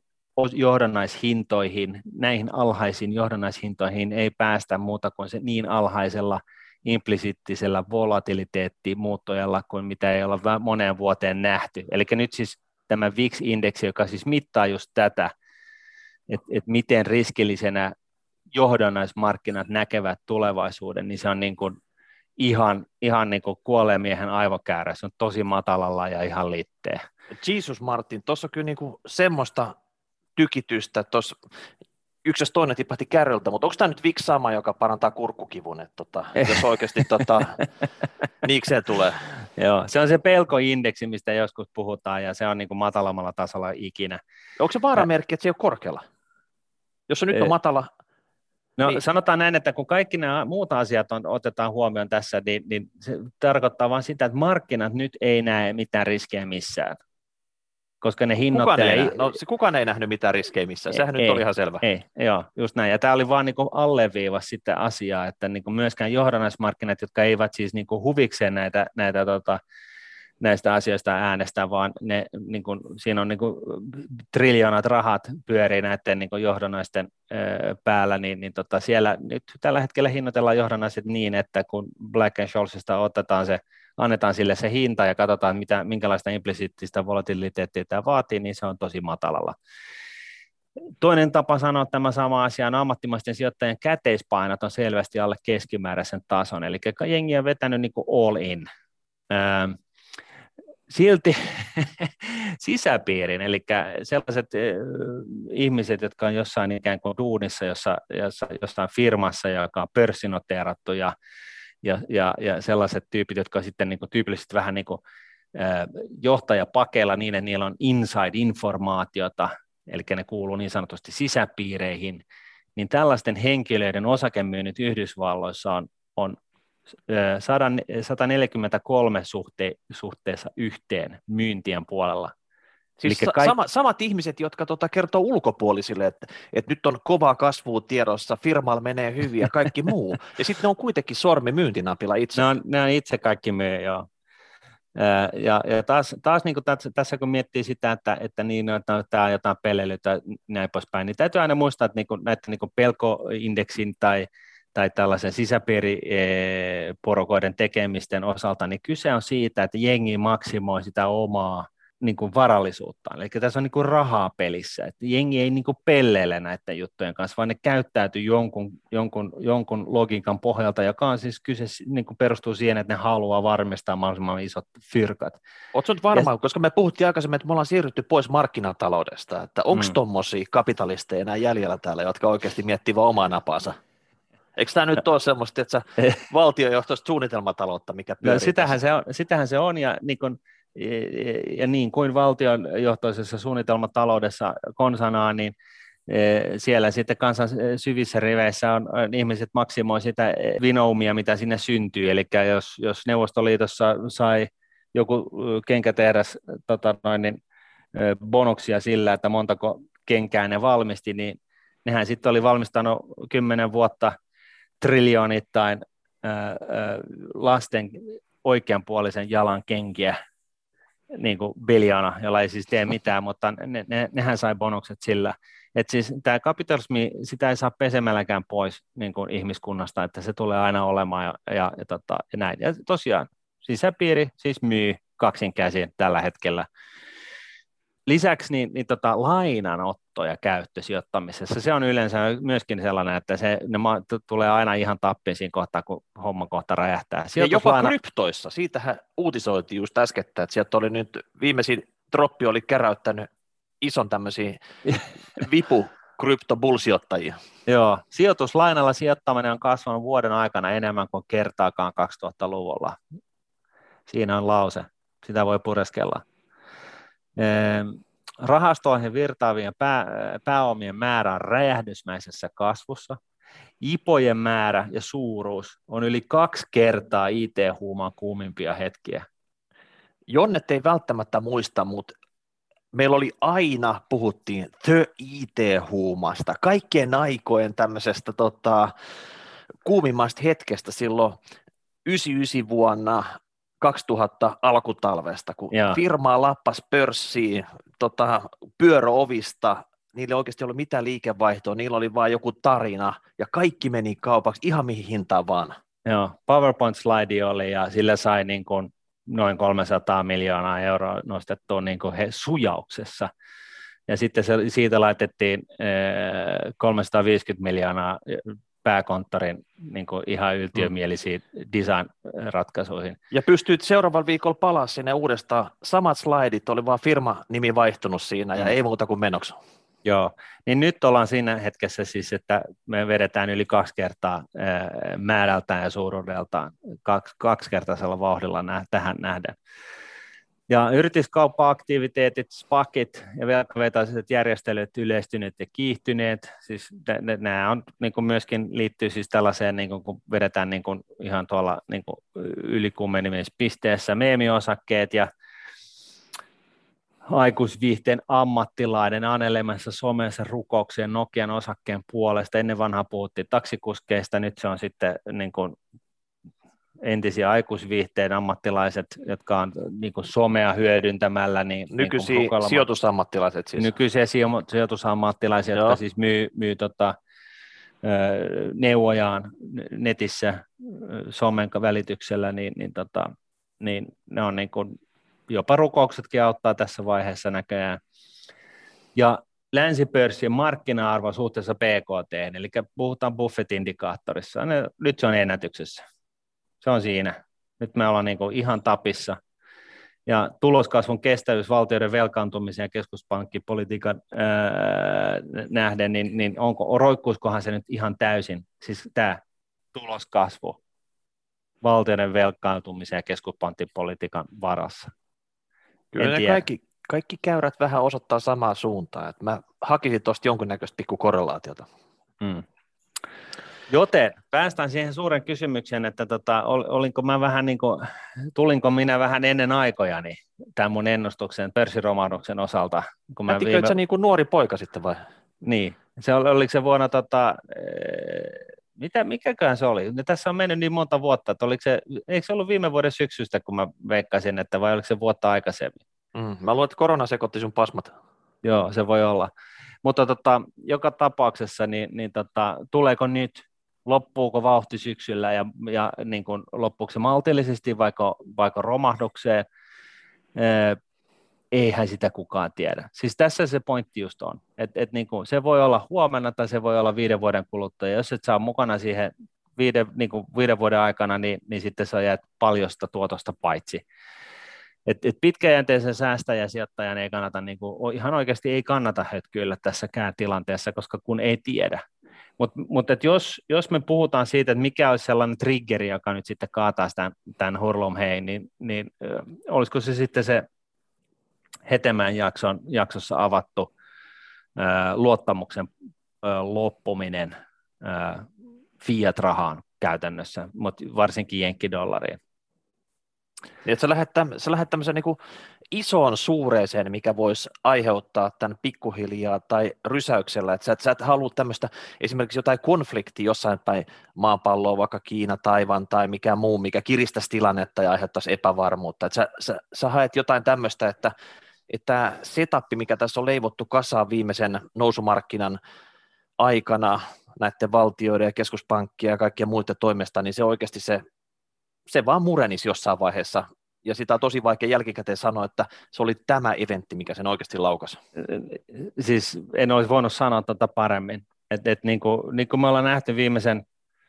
johdannaishintoihin, näihin alhaisiin johdannaishintoihin ei päästä muuta kuin se niin alhaisella implisiittisellä volatiliteettimuuttojalla kuin mitä ei olla moneen vuoteen nähty. Eli nyt siis tämä Vix-indeksi, joka siis mittaa just tätä, että et miten riskillisenä johdannaismarkkinat näkevät tulevaisuuden, niin se on niin kuin ihan, ihan niin kuin kuolleen miehen aivokäärä, se on tosi matalalla ja ihan litteä. Jesus Martin, tuossa on kyllä niin kuin semmoista tykitystä, tuossa yksi jos toinen tippahti kärryltä, mutta onko tämä nyt Vix sama, joka parantaa kurkkukivun, että tota, jos oikeasti tota, niikseen tulee? Joo, se on se pelkoindeksi, mistä joskus puhutaan, ja se on niin kuin matalammalla tasolla ikinä. Onko se vaaramerkki, että se ei ole korkealla? Jos se nyt on matala. No niin... sanotaan näin, että kun kaikki nämä muut asiat on, otetaan huomioon tässä, niin, niin se tarkoittaa vain sitä, että markkinat nyt ei näe mitään riskejä missään. Koska ne hinnoittelee... Kukaan ei, no, se, kukaan ei nähnyt mitään riskejä missään, sehän ei, nyt oli ihan selvä. Ei, joo, just näin. Ja tämä oli vaan niinku alleviivas sitä asiaa, että niinku myöskään johdannaismarkkinat, jotka eivät siis niinku huvikseen näitä, näitä tota, näistä asioista äänestää, vaan ne, niinku, siinä on niinku, triljoonat rahat pyörii näiden niinku, johdannaisten ö, päällä, niin, niin tota, siellä nyt tällä hetkellä hinnoitellaan johdannaiset niin, että kun Black and Scholesista otetaan se, annetaan sille se hinta ja katsotaan, mitä, minkälaista implisiittistä volatiliteettia tämä vaatii, niin se on tosi matalalla. Toinen tapa sanoa tämä sama asia on ammattimaisten sijoittajien käteispainot on selvästi alle keskimääräisen tason, eli jengi on vetänyt niin kuin all in. Öö, silti sisäpiirin, eli sellaiset ihmiset, jotka on jossain ikään kuin duunissa, jossa, jossa, jossain firmassa, joka on pörssinoteerattu ja Ja, ja, ja sellaiset tyypit, jotka on sitten niin kuin tyypillisesti vähän niin kuin, äh, johtajapakeilla, niin että niillä on inside-informaatiota, eli ne kuuluu niin sanotusti sisäpiireihin, niin tällaisten henkilöiden osakemyynnit Yhdysvalloissa on, on äh, sata neljäkymmentäkolme suhte, suhteessa yhteen myyntien puolella. Siis kaik- sama, samat ihmiset, jotka tota kertoo ulkopuolisille, että, että nyt on kovaa kasvua tiedossa, firmalla menee hyvin ja kaikki muu. Ja sitten ne on kuitenkin sormi myyntinapilla itse. Ne on, ne on itse kaikki myy, joo. Ja, ja taas, taas niin kuin tässä, tässä kun miettii sitä, että, että niin, että tämä on jotain pelleilytä näin poispäin, niin täytyy aina muistaa, että niin kuin, näiden niin kuin pelkoindeksin tai, tai tällaisen sisäpiiriporokoiden tekemisten osalta, niin kyse on siitä, että jengi maksimoi sitä omaa niin kuin varallisuuttaan. Eli tässä on niin kuin rahaa pelissä, että jengi ei niin kuin pelleile näiden juttujen kanssa, vaan ne käyttäytyy jonkun, jonkun, jonkun logiikan pohjalta, joka on siis kyse, niin kuin perustuu siihen, että ne haluaa varmistaa mahdollisimman isot fyrkat. Oletko nyt varma, ja... koska me puhuttiin aikaisemmin, että me ollaan siirrytty pois markkinataloudesta, että onko mm. tuommoisia kapitalisteja enää jäljellä täällä, jotka oikeasti miettii vaan omaa napaansa? Eikö tämä nyt ole semmoista, että valtiojohtoista suunnitelmataloutta, mikä pyörii? No, sitähän, se on, sitähän se on, ja niin kuin ja niin kuin valtionjohtoisessa suunnitelmataloudessa konsanaan, niin siellä sitten kansan syvissä riveissä on, ihmiset maksimoi sitä vinoumia, mitä sinne syntyy, eli jos, jos Neuvostoliitossa sai joku kenkätehdas tota noin, niin, bonuksia sillä, että montako kenkää ne valmisti, niin nehän sitten oli valmistanut kymmenen vuotta triljoonittain ää, ää, lasten oikeanpuolisen jalan kenkiä, niin kuin biljana, jolla ei siis tee mitään, mutta ne, ne, nehän sai bonukset sillä. Että siis tämä kapitalismi, sitä ei saa pesemälläkään pois niin kuin ihmiskunnasta, että se tulee aina olemaan ja, ja, ja, tota, ja näin. Ja tosiaan sisäpiiri siis myy kaksin käsin tällä hetkellä. lisäksi niin, niin tota, lainanotto ja käyttö sijoittamisessa, se on yleensä myöskin sellainen, että se ne ma- t- tulee aina ihan tappiin siinä kohtaa, kun homma kohta räjähtää. Ja jopa Sijoituslaina, kryptoissa, siitähän uutisoitiin just äskettä, että sieltä oli nyt viimeisin droppi oli käräyttänyt ison tämmöisiä vipu kryptobulsijoittajia. joo, sijoituslainalla sijoittaminen on kasvanut vuoden aikana enemmän kuin kertaakaan kaksituhattaluvulla. Siinä on lause, sitä voi pureskella. Ehm, Rahastoihin virtaavien pää, pääomien määrä on räjähdysmäisessä kasvussa. IPOjen määrä ja suuruus on yli kaksi kertaa I T-huumaan kuumimpia hetkiä. Jonnet ei välttämättä muista, mutta meillä oli aina, puhuttiin The I T-huumasta, kaikkien aikojen tämmöisestä tota, kuumimmasta hetkestä silloin yhdeksänkymmentäyhdeksän vuonna kaksituhatta alkutalvesta, kun Joo. firmaa lappas pörssiin tota, pyöröovista, niillä ei oikeasti ollut mitään liikevaihtoa, niillä oli vain joku tarina, ja kaikki meni kaupaksi ihan mihin hintaan vaan. Joo, PowerPoint-slide oli, ja sillä sai niin kuin noin kolmesataa miljoonaa euroa nostettua niin kuin he sujauksessa. Ja sitten se, siitä laitettiin eh, kolmesataaviisikymmentä miljoonaa pääkonttorin niin kuin ihan yltiömielisiin design-ratkaisuihin. Ja pystyit seuraavalla viikolla palaa sinne uudestaan. Samat slaidit, oli vaan firma-nimi vaihtunut siinä, ja mm. ei muuta kuin menoksi. Joo, niin nyt ollaan siinä hetkessä siis, että me vedetään yli kaksi kertaa määrältään ja suuruudeltaan, kaksi, kaksikertaisella vauhdilla nä, tähän nähden. Ja yrityskauppa-aktiviteetit, SPACit ja velkavetaiset järjestelyt yleistyneet ja kiihtyneet, siis nämä on niin kuin myöskin liittyy siis tällaiseen, niin kuin, kun vedetään niin kuin ihan tuolla niin kuin ylikummenimispisteessä meemiosakkeet ja aikuisviihteen ammattilainen anelemassa somessa rukouksien Nokian osakkeen puolesta. Ennen vanhaa puhuttiin taksikuskeista, nyt se on sitten niin kuin entisiä aikuisviihteen ammattilaiset, jotka on niin kuin somea hyödyntämällä. Niin, Nykyisiä niin kuin sijoitusammattilaiset siis. Nykyisiä sijoitusammattilaisia, jotka siis myy, myy tota, neuvojaan netissä somen välityksellä, niin, niin, tota, niin ne on niin kuin jopa rukouksetkin auttaa tässä vaiheessa näköjään. Ja länsipörssien markkina-arvo suhteessa B K T, eli puhutaan Buffett-indikaattorissa, nyt se on ennätyksessä. Se on siinä. Nyt me ollaan niin kuin ihan tapissa. Ja tuloskasvun kestävyys valtioiden velkaantumisen ja keskuspankkipolitiikan ää, nähden, niin, niin onko, roikkuuskohan se nyt ihan täysin, siis tämä tuloskasvu valtioiden velkaantumisen ja keskuspankkipolitiikan varassa? Kyllä ne kaikki, kaikki käyrät vähän osoittaa samaa suuntaan. Että mä hakisin tuosta jonkunnäköistä pikku korrelaatiota. Hmm. Joten päästään siihen suuren kysymykseen, että tota, olinko mä vähän niin kuin, tulinko minä vähän ennen aikojani tämän mun ennustuksen pörssiromahduksen osalta. Kun mä viime... sä niin kuin nuori poika sitten vai? Niin, se oli, oliko se vuonna, tota, mitä, mikäkään se oli? Tässä on mennyt niin monta vuotta, että oliko se, eikö se ollut viime vuoden syksystä, kun mä veikkasin, että vai oliko se vuotta aikaisemmin? Mm, mä luulen, että korona sekoitti sun pasmat. Joo, se voi olla. Mutta tota, joka tapauksessa, niin, niin tota, tuleeko nyt, loppuuko vauhti syksyllä ja, ja niin kuin, loppuuko se maltillisesti vaikka, vaikka romahdukseen? Ee, eihän sitä kukaan tiedä. Siis tässä se pointti just on, että et, niin kuin, se voi olla huomenna tai se voi olla viiden vuoden kuluttua, ja jos et saa mukana siihen viiden, niin kuin viiden vuoden aikana, niin, niin sitten sä jäät paljosta tuotosta paitsi. Et, et pitkäjänteisen säästäjän sijoittajan ei kannata, niin kuin, ihan oikeasti ei kannata hötkyillä tässäkään tilanteessa, koska kun ei tiedä. Mutta mut, jos, jos me puhutaan siitä, että mikä olisi sellainen triggeri, joka nyt sitten kaataa tämän, tämän hurlum hei, niin, niin ö, olisiko se sitten se Hetemäen jakson, jaksossa avattu ö, luottamuksen ö, loppuminen ö, fiat-rahaan käytännössä, mutta varsinkin jenkkidollariin. Niin, että sä lähdet, täm, sä lähdet tämmöiseen niin kuin isoon suureeseen, mikä voisi aiheuttaa tämän pikkuhiljaa tai rysäyksellä, että sä, et, sä et halua tämmöistä esimerkiksi jotain konfliktia jossain päin maapalloa, vaikka Kiina, Taiwan tai mikä muu, mikä kiristäisi tilannetta ja aiheuttaisi epävarmuutta. Että sä, sä, sä haet jotain tämmöistä, että että setappi, mikä tässä on leivottu kasaan viimeisen nousumarkkinan aikana näiden valtioiden ja keskuspankkien ja kaikkien muiden toimesta, niin se oikeasti se, se vaan murenisi jossain vaiheessa ja sitä on tosi vaikea jälkikäteen sanoa, että se oli tämä eventti, mikä sen oikeasti laukasi. Siis en olisi voinut sanoa tätä paremmin. Et, et niin, kuin, niin kuin me ollaan nähty viimeisen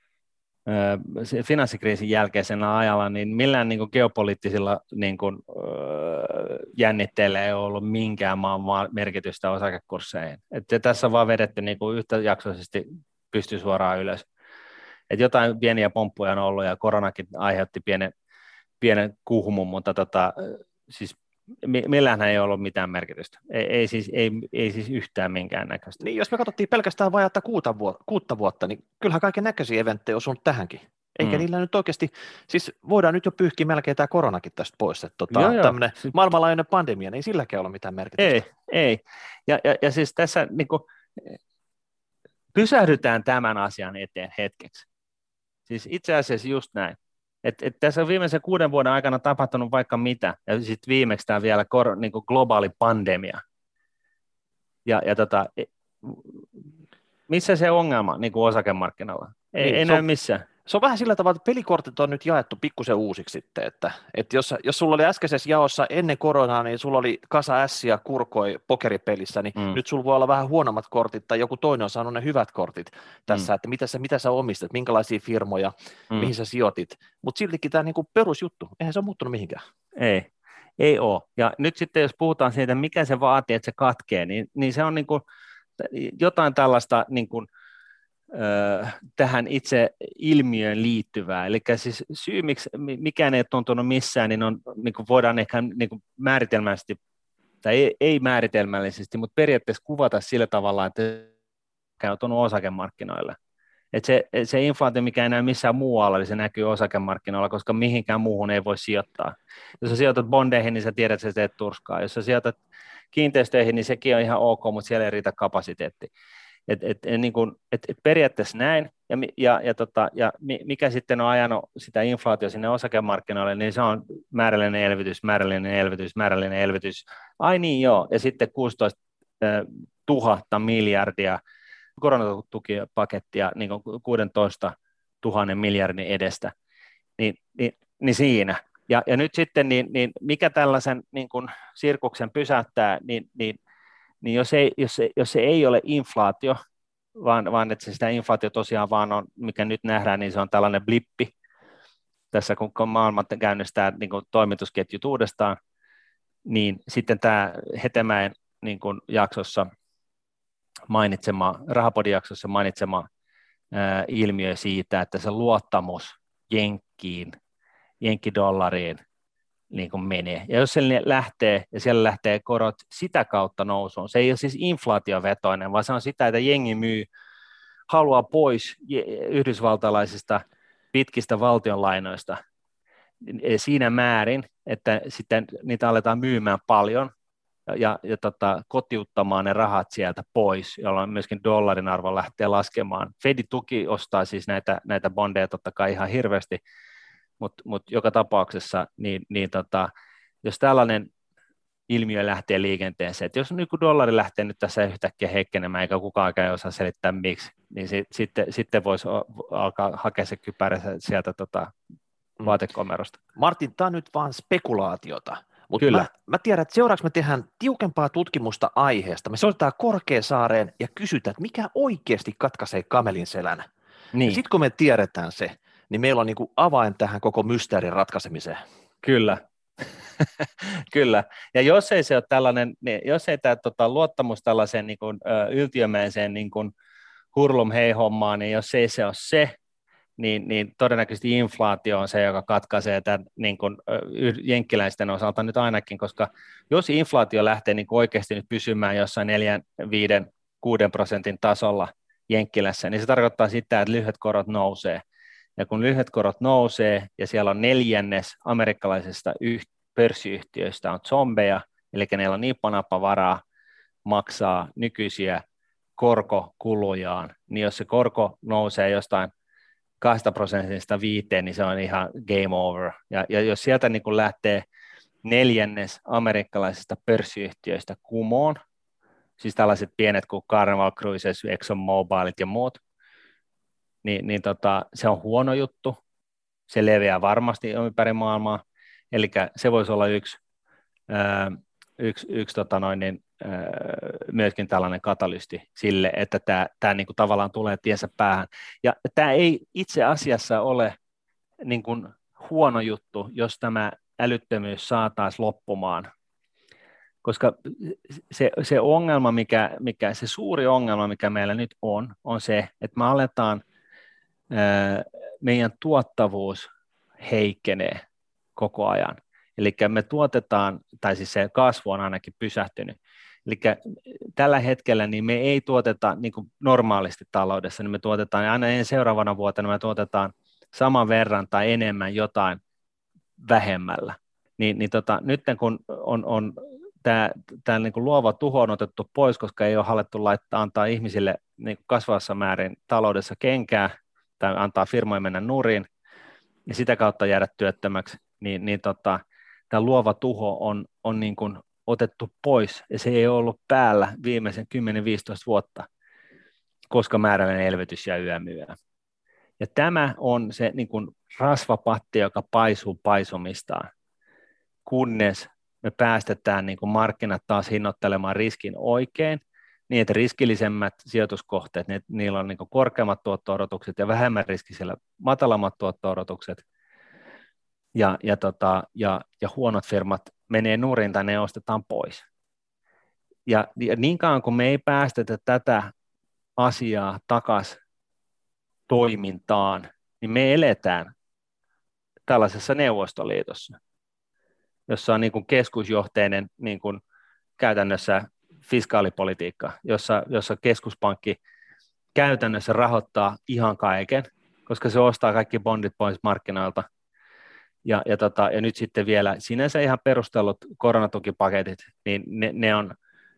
ö, finanssikriisin jälkeisellä ajalla, niin millään niin kuin geopoliittisilla niin kuin, ö, jännitteillä ei ollut minkään maan merkitystä osakekursseihin. Et tässä on vaan vedetty niin kuin yhtäjaksoisesti pysty suoraan ylös. Et jotain pieniä pomppuja on ollut ja koronakin aiheutti pienen, pienen kuhmun, mutta tota, siis millään ei ollut mitään merkitystä. Ei, ei, siis, ei, ei siis yhtään minkään näköistä. Niin, jos me katsottiin pelkästään vajatta kuuta, vuotta, kuutta vuotta, niin kyllähän kaiken näköisiä eventtejä on osunut tähänkin. Eikä mm. niillä nyt oikeasti, siis voidaan nyt jo pyyhkiä melkein tämä koronakin tästä pois, että tota, tämmöinen maailmanlaajuinen pandemia, niin ei silläkään ole mitään merkitystä. Ei, ei. Ja, ja, ja siis tässä niin kuin, pysähdytään tämän asian eteen hetkeksi. Siis itse asiassa just näin. Et, et tässä on viimeisen kuuden vuoden aikana tapahtunut vaikka mitä, ja sitten viimeksi tämä vielä kor, niin kuin globaali pandemia. Ja, ja tota, missä se ongelma niin kuin osakemarkkinoilla? Ei, niin, ei näy missään. Se on vähän sillä tavalla, että pelikortit on nyt jaettu pikkusen uusiksi sitten, että, että jos, jos sulla oli äskeisessä jaossa ennen koronaa, niin sulla oli kasa ässiä kurkoi pokeripelissä, niin mm. nyt sulla voi olla vähän huonommat kortit, tai joku toinen on saanut ne hyvät kortit tässä, mm. että mitä sä, mitä sä omistat, minkälaisia firmoja, mm. mihin sä sijoitit, mutta siltikin tämä niinku perusjuttu, eihän se ole muuttunut mihinkään. Ei, ei ole, ja nyt sitten jos puhutaan siitä, mikä se vaatii, että se katkee, niin, niin se on niinku jotain tällaista niinku tähän itse ilmiöön liittyvää. Eli siis syy, miksi mikään ei ole tuntunut missään, niin, on, niin kuin voidaan ehkä niin kuin määritelmällisesti, tai ei, ei määritelmällisesti, mutta periaatteessa kuvata sillä tavalla, että se on tullut osakemarkkinoille. Että se, se inflaatio, mikä ei näy missään muualla, niin se näkyy osakemarkkinoilla, koska mihinkään muuhun ei voi sijoittaa. Jos sä sijoitat bondeihin, niin sä tiedät, että sä teet turskaa. Jos sä sijoitat kiinteistöihin, niin sekin on ihan ok, mutta siellä ei riitä kapasiteetti. Et, et, niin kun, et, et periaatteessa näin, ja, ja, ja, tota, ja mikä sitten on ajanut sitä inflaatio sinne osakemarkkinoille, niin se on määrällinen elvytys, määrällinen elvytys, määrällinen elvytys. Ai niin joo, ja sitten kuusitoista tuhatta miljardia koronatukipakettia niin kuusitoista tuhatta miljardin edestä, niin, niin, niin siinä. Ja, ja nyt sitten, niin, niin mikä tällaisen niin kun sirkuksen pysäyttää, niin, niin niin jos, ei, jos, se, jos se ei ole inflaatio, vaan, vaan että se sitä inflaatio tosiaan vaan on, mikä nyt nähdään, niin se on tällainen blippi, tässä kun maailma käynnistää niin kuin toimitusketjut uudestaan, niin sitten tämä Hetemäen niin kuin jaksossa mainitsema, Rahapodin-jaksossa mainitsema ää, ilmiö siitä, että se luottamus jenkkiin, jenkkidollariin, niin kuin menee. Ja jos se lähtee, ja siellä lähtee korot sitä kautta nousuun, se ei ole siis inflaatiovetoinen, vaan se on sitä, että jengi myy, haluaa pois yhdysvaltalaisista pitkistä valtionlainoista siinä määrin, että sitten niitä aletaan myymään paljon, ja, ja, ja tota, kotiuttamaan ne rahat sieltä pois, jolloin myöskin dollarin arvo lähtee laskemaan. Fedi tuki ostaa siis näitä, näitä bondeja totta kai ihan hirveästi, mutta mut joka tapauksessa, niin, niin tota, jos tällainen ilmiö lähtee liikenteeseen, että jos nyky dollari lähtee nyt tässä yhtäkkiä heikkenemään, eikä kukaan osaa selittää miksi, niin sit, sitten, sitten voisi alkaa hakea se kypärä sieltä tota, vaatekomerosta. Martin, tämä on nyt vaan spekulaatiota, mutta mä, mä tiedän, että seuraavaksi me tehdään tiukempaa tutkimusta aiheesta. Me soitetaan Korkeasaareen ja kysytään, että mikä oikeasti katkaisee kamelin selän. Niin. Ja sitten kun me tiedetään se, niin meillä on niin kuin avain tähän koko mysteerin ratkaisemiseen. Kyllä, kyllä. Ja jos ei se ole tällainen, niin jos ei tämä tota, luottamus tällaiseen niin kuin, ö, yltiömäiseen niin kuin hurlum hei hommaan, niin jos ei se ole se, niin, niin todennäköisesti inflaatio on se, joka katkaisee tämän niin kuin, ö, jenkkiläisten osalta nyt ainakin, koska jos inflaatio lähtee niin kuin oikeasti nyt pysymään jossain neljän, viiden, kuuden prosentin tasolla Jenkkilässä, niin se tarkoittaa sitä, että lyhyet korot nousee. Ja kun lyhyet korot nousee ja siellä on neljännes amerikkalaisista yh- pörssiyhtiöistä on zombeja, eli neillä on niin panappa varaa maksaa nykyisiä korkokulujaan, niin jos se korko nousee jostain kahdesta prosentista viiteen, niin se on ihan game over. Ja, ja jos sieltä niin kun lähtee neljännes amerikkalaisista pörssiyhtiöistä kumoon, siis tällaiset pienet kuin Carnival Cruises, Exxon Mobilit ja muut, niin, niin tota, se on huono juttu, se leviää varmasti ympäri maailmaa, Eli se voisi olla yksi, yksi, yksi tota noin, niin, myöskin tällainen katalysti sille, että tämä, tämä niin kuin tavallaan tulee tiensä päähän. Ja tämä ei itse asiassa ole niin kuin huono juttu, jos tämä älyttömyys saataisiin loppumaan, koska se, se ongelma, mikä, mikä, se suuri ongelma, mikä meillä nyt on, on se, että me aletaan, ää, meidän tuottavuus heikkenee koko ajan. Eli me tuotetaan, tai siis se kasvu on ainakin pysähtynyt. Eli tällä hetkellä niin me ei tuoteta niin kuin normaalisti taloudessa, niin me tuotetaan aina en seuraavana vuotena me tuotetaan saman verran tai enemmän jotain vähemmällä. Niin, niin tota, nyt kun on, on tämä, tämä niin kuin luova tuho on otettu pois, koska ei ole haluttu laittaa, antaa ihmisille niin kuin kasvavassa määrin taloudessa kenkää tai antaa firmojen mennä nurin ja sitä kautta jäädä työttömäksi, niin, niin tota, tämä luova tuho on, on niin kuin otettu pois ja se ei ole ollut päällä viimeisen kymmenen viisitoista vuotta, koska määrällinen elvytys ja yömyö. Ja tämä on se niin kuin rasvapatti, joka paisuu paisumistaan, kunnes me päästetään niin kuin markkinat taas hinnoittelemaan riskin oikein, niin että riskillisemmät sijoituskohteet, ne, niillä on niin kuin korkeammat tuotto-odotukset ja vähemmän riskisellä matalammat tuotto-odotukset, ja, ja, tota, ja, ja huonot firmat menee nurin tai ne ostetaan pois. Ja, ja niin kauan kun me ei päästetä tätä asiaa takaisin toimintaan, niin me eletään tällaisessa Neuvostoliitossa, jossa on niin kuin keskusjohteinen niin kuin käytännössä fiskaalipolitiikka, jossa, jossa keskuspankki käytännössä rahoittaa ihan kaiken, koska se ostaa kaikki bondit pois markkinoilta. Ja, ja, tota, ja nyt sitten vielä sinänsä ihan perustellut koronatukipaketit, niin ne, ne, on,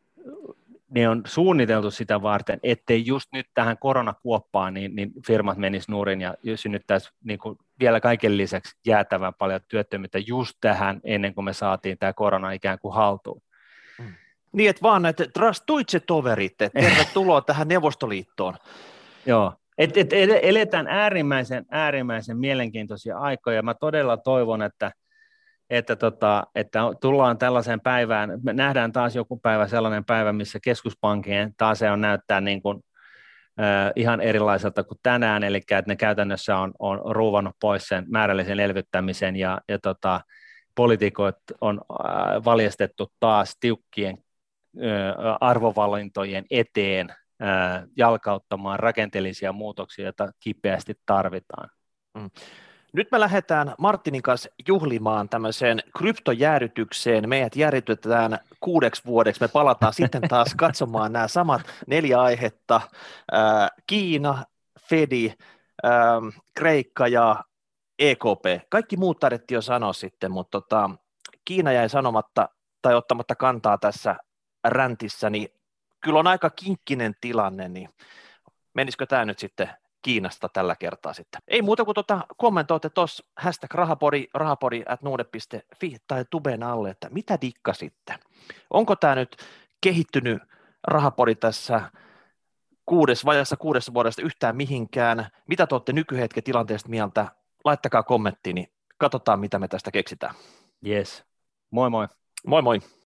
ne on suunniteltu sitä varten, ettei just nyt tähän koronakuoppaan niin, niin firmat menis nurin ja synnyttäisi niin kuin vielä kaiken lisäksi jäätävän paljon työttömyyttä just tähän ennen kuin me saatiin tämä korona ikään kuin haltuun. Mm. Niin, että vaan näitä trastuitse toverit, tervetuloa tähän Neuvostoliittoon. Joo. Et, et eletään äärimmäisen, äärimmäisen mielenkiintoisia aikoja. Mä todella toivon, että, että, tota, että tullaan tällaiseen päivään. Me nähdään taas joku päivä sellainen päivä, missä keskuspankkien tase on näyttää niin kuin, äh, ihan erilaiselta kuin tänään, eli että ne käytännössä on, on ruuvannut pois sen määrällisen elvyttämisen ja, ja tota, poliitikot on äh, valjastettu taas tiukkien äh, arvovalintojen eteen, jalkauttamaan rakenteellisia muutoksia, joita kipeästi tarvitaan. Mm. Nyt me lähdetään Martinin kanssa juhlimaan tämmöiseen kryptojäädytykseen. Meidät jäädytetään kuudeksi vuodeksi. Me palataan sitten taas katsomaan nämä samat neljä aihetta. Äh, Kiina, Fedi, äh, Kreikka ja E K P. Kaikki muut taidettiin jo sanoa sitten, mutta tota, Kiina jäi sanomatta tai ottamatta kantaa tässä räntissä, niin kyllä on aika kinkkinen tilanne, niin menisikö tämä nyt sitten Kiinasta tällä kertaa sitten? Ei muuta kuin tuota, kommentoitte tuossa hashtag rahapodi, rahapodi at nuude piste fi tai tuben alle, että mitä dikkasitte? Onko tämä nyt kehittynyt rahapodi tässä kuudes, vajassa kuudessa vuodesta yhtään mihinkään? Mitä te olette nykyhetken tilanteesta mieltä? Laittakaa kommenttiin, niin katsotaan mitä me tästä keksitään. Yes. Moi moi. Moi moi.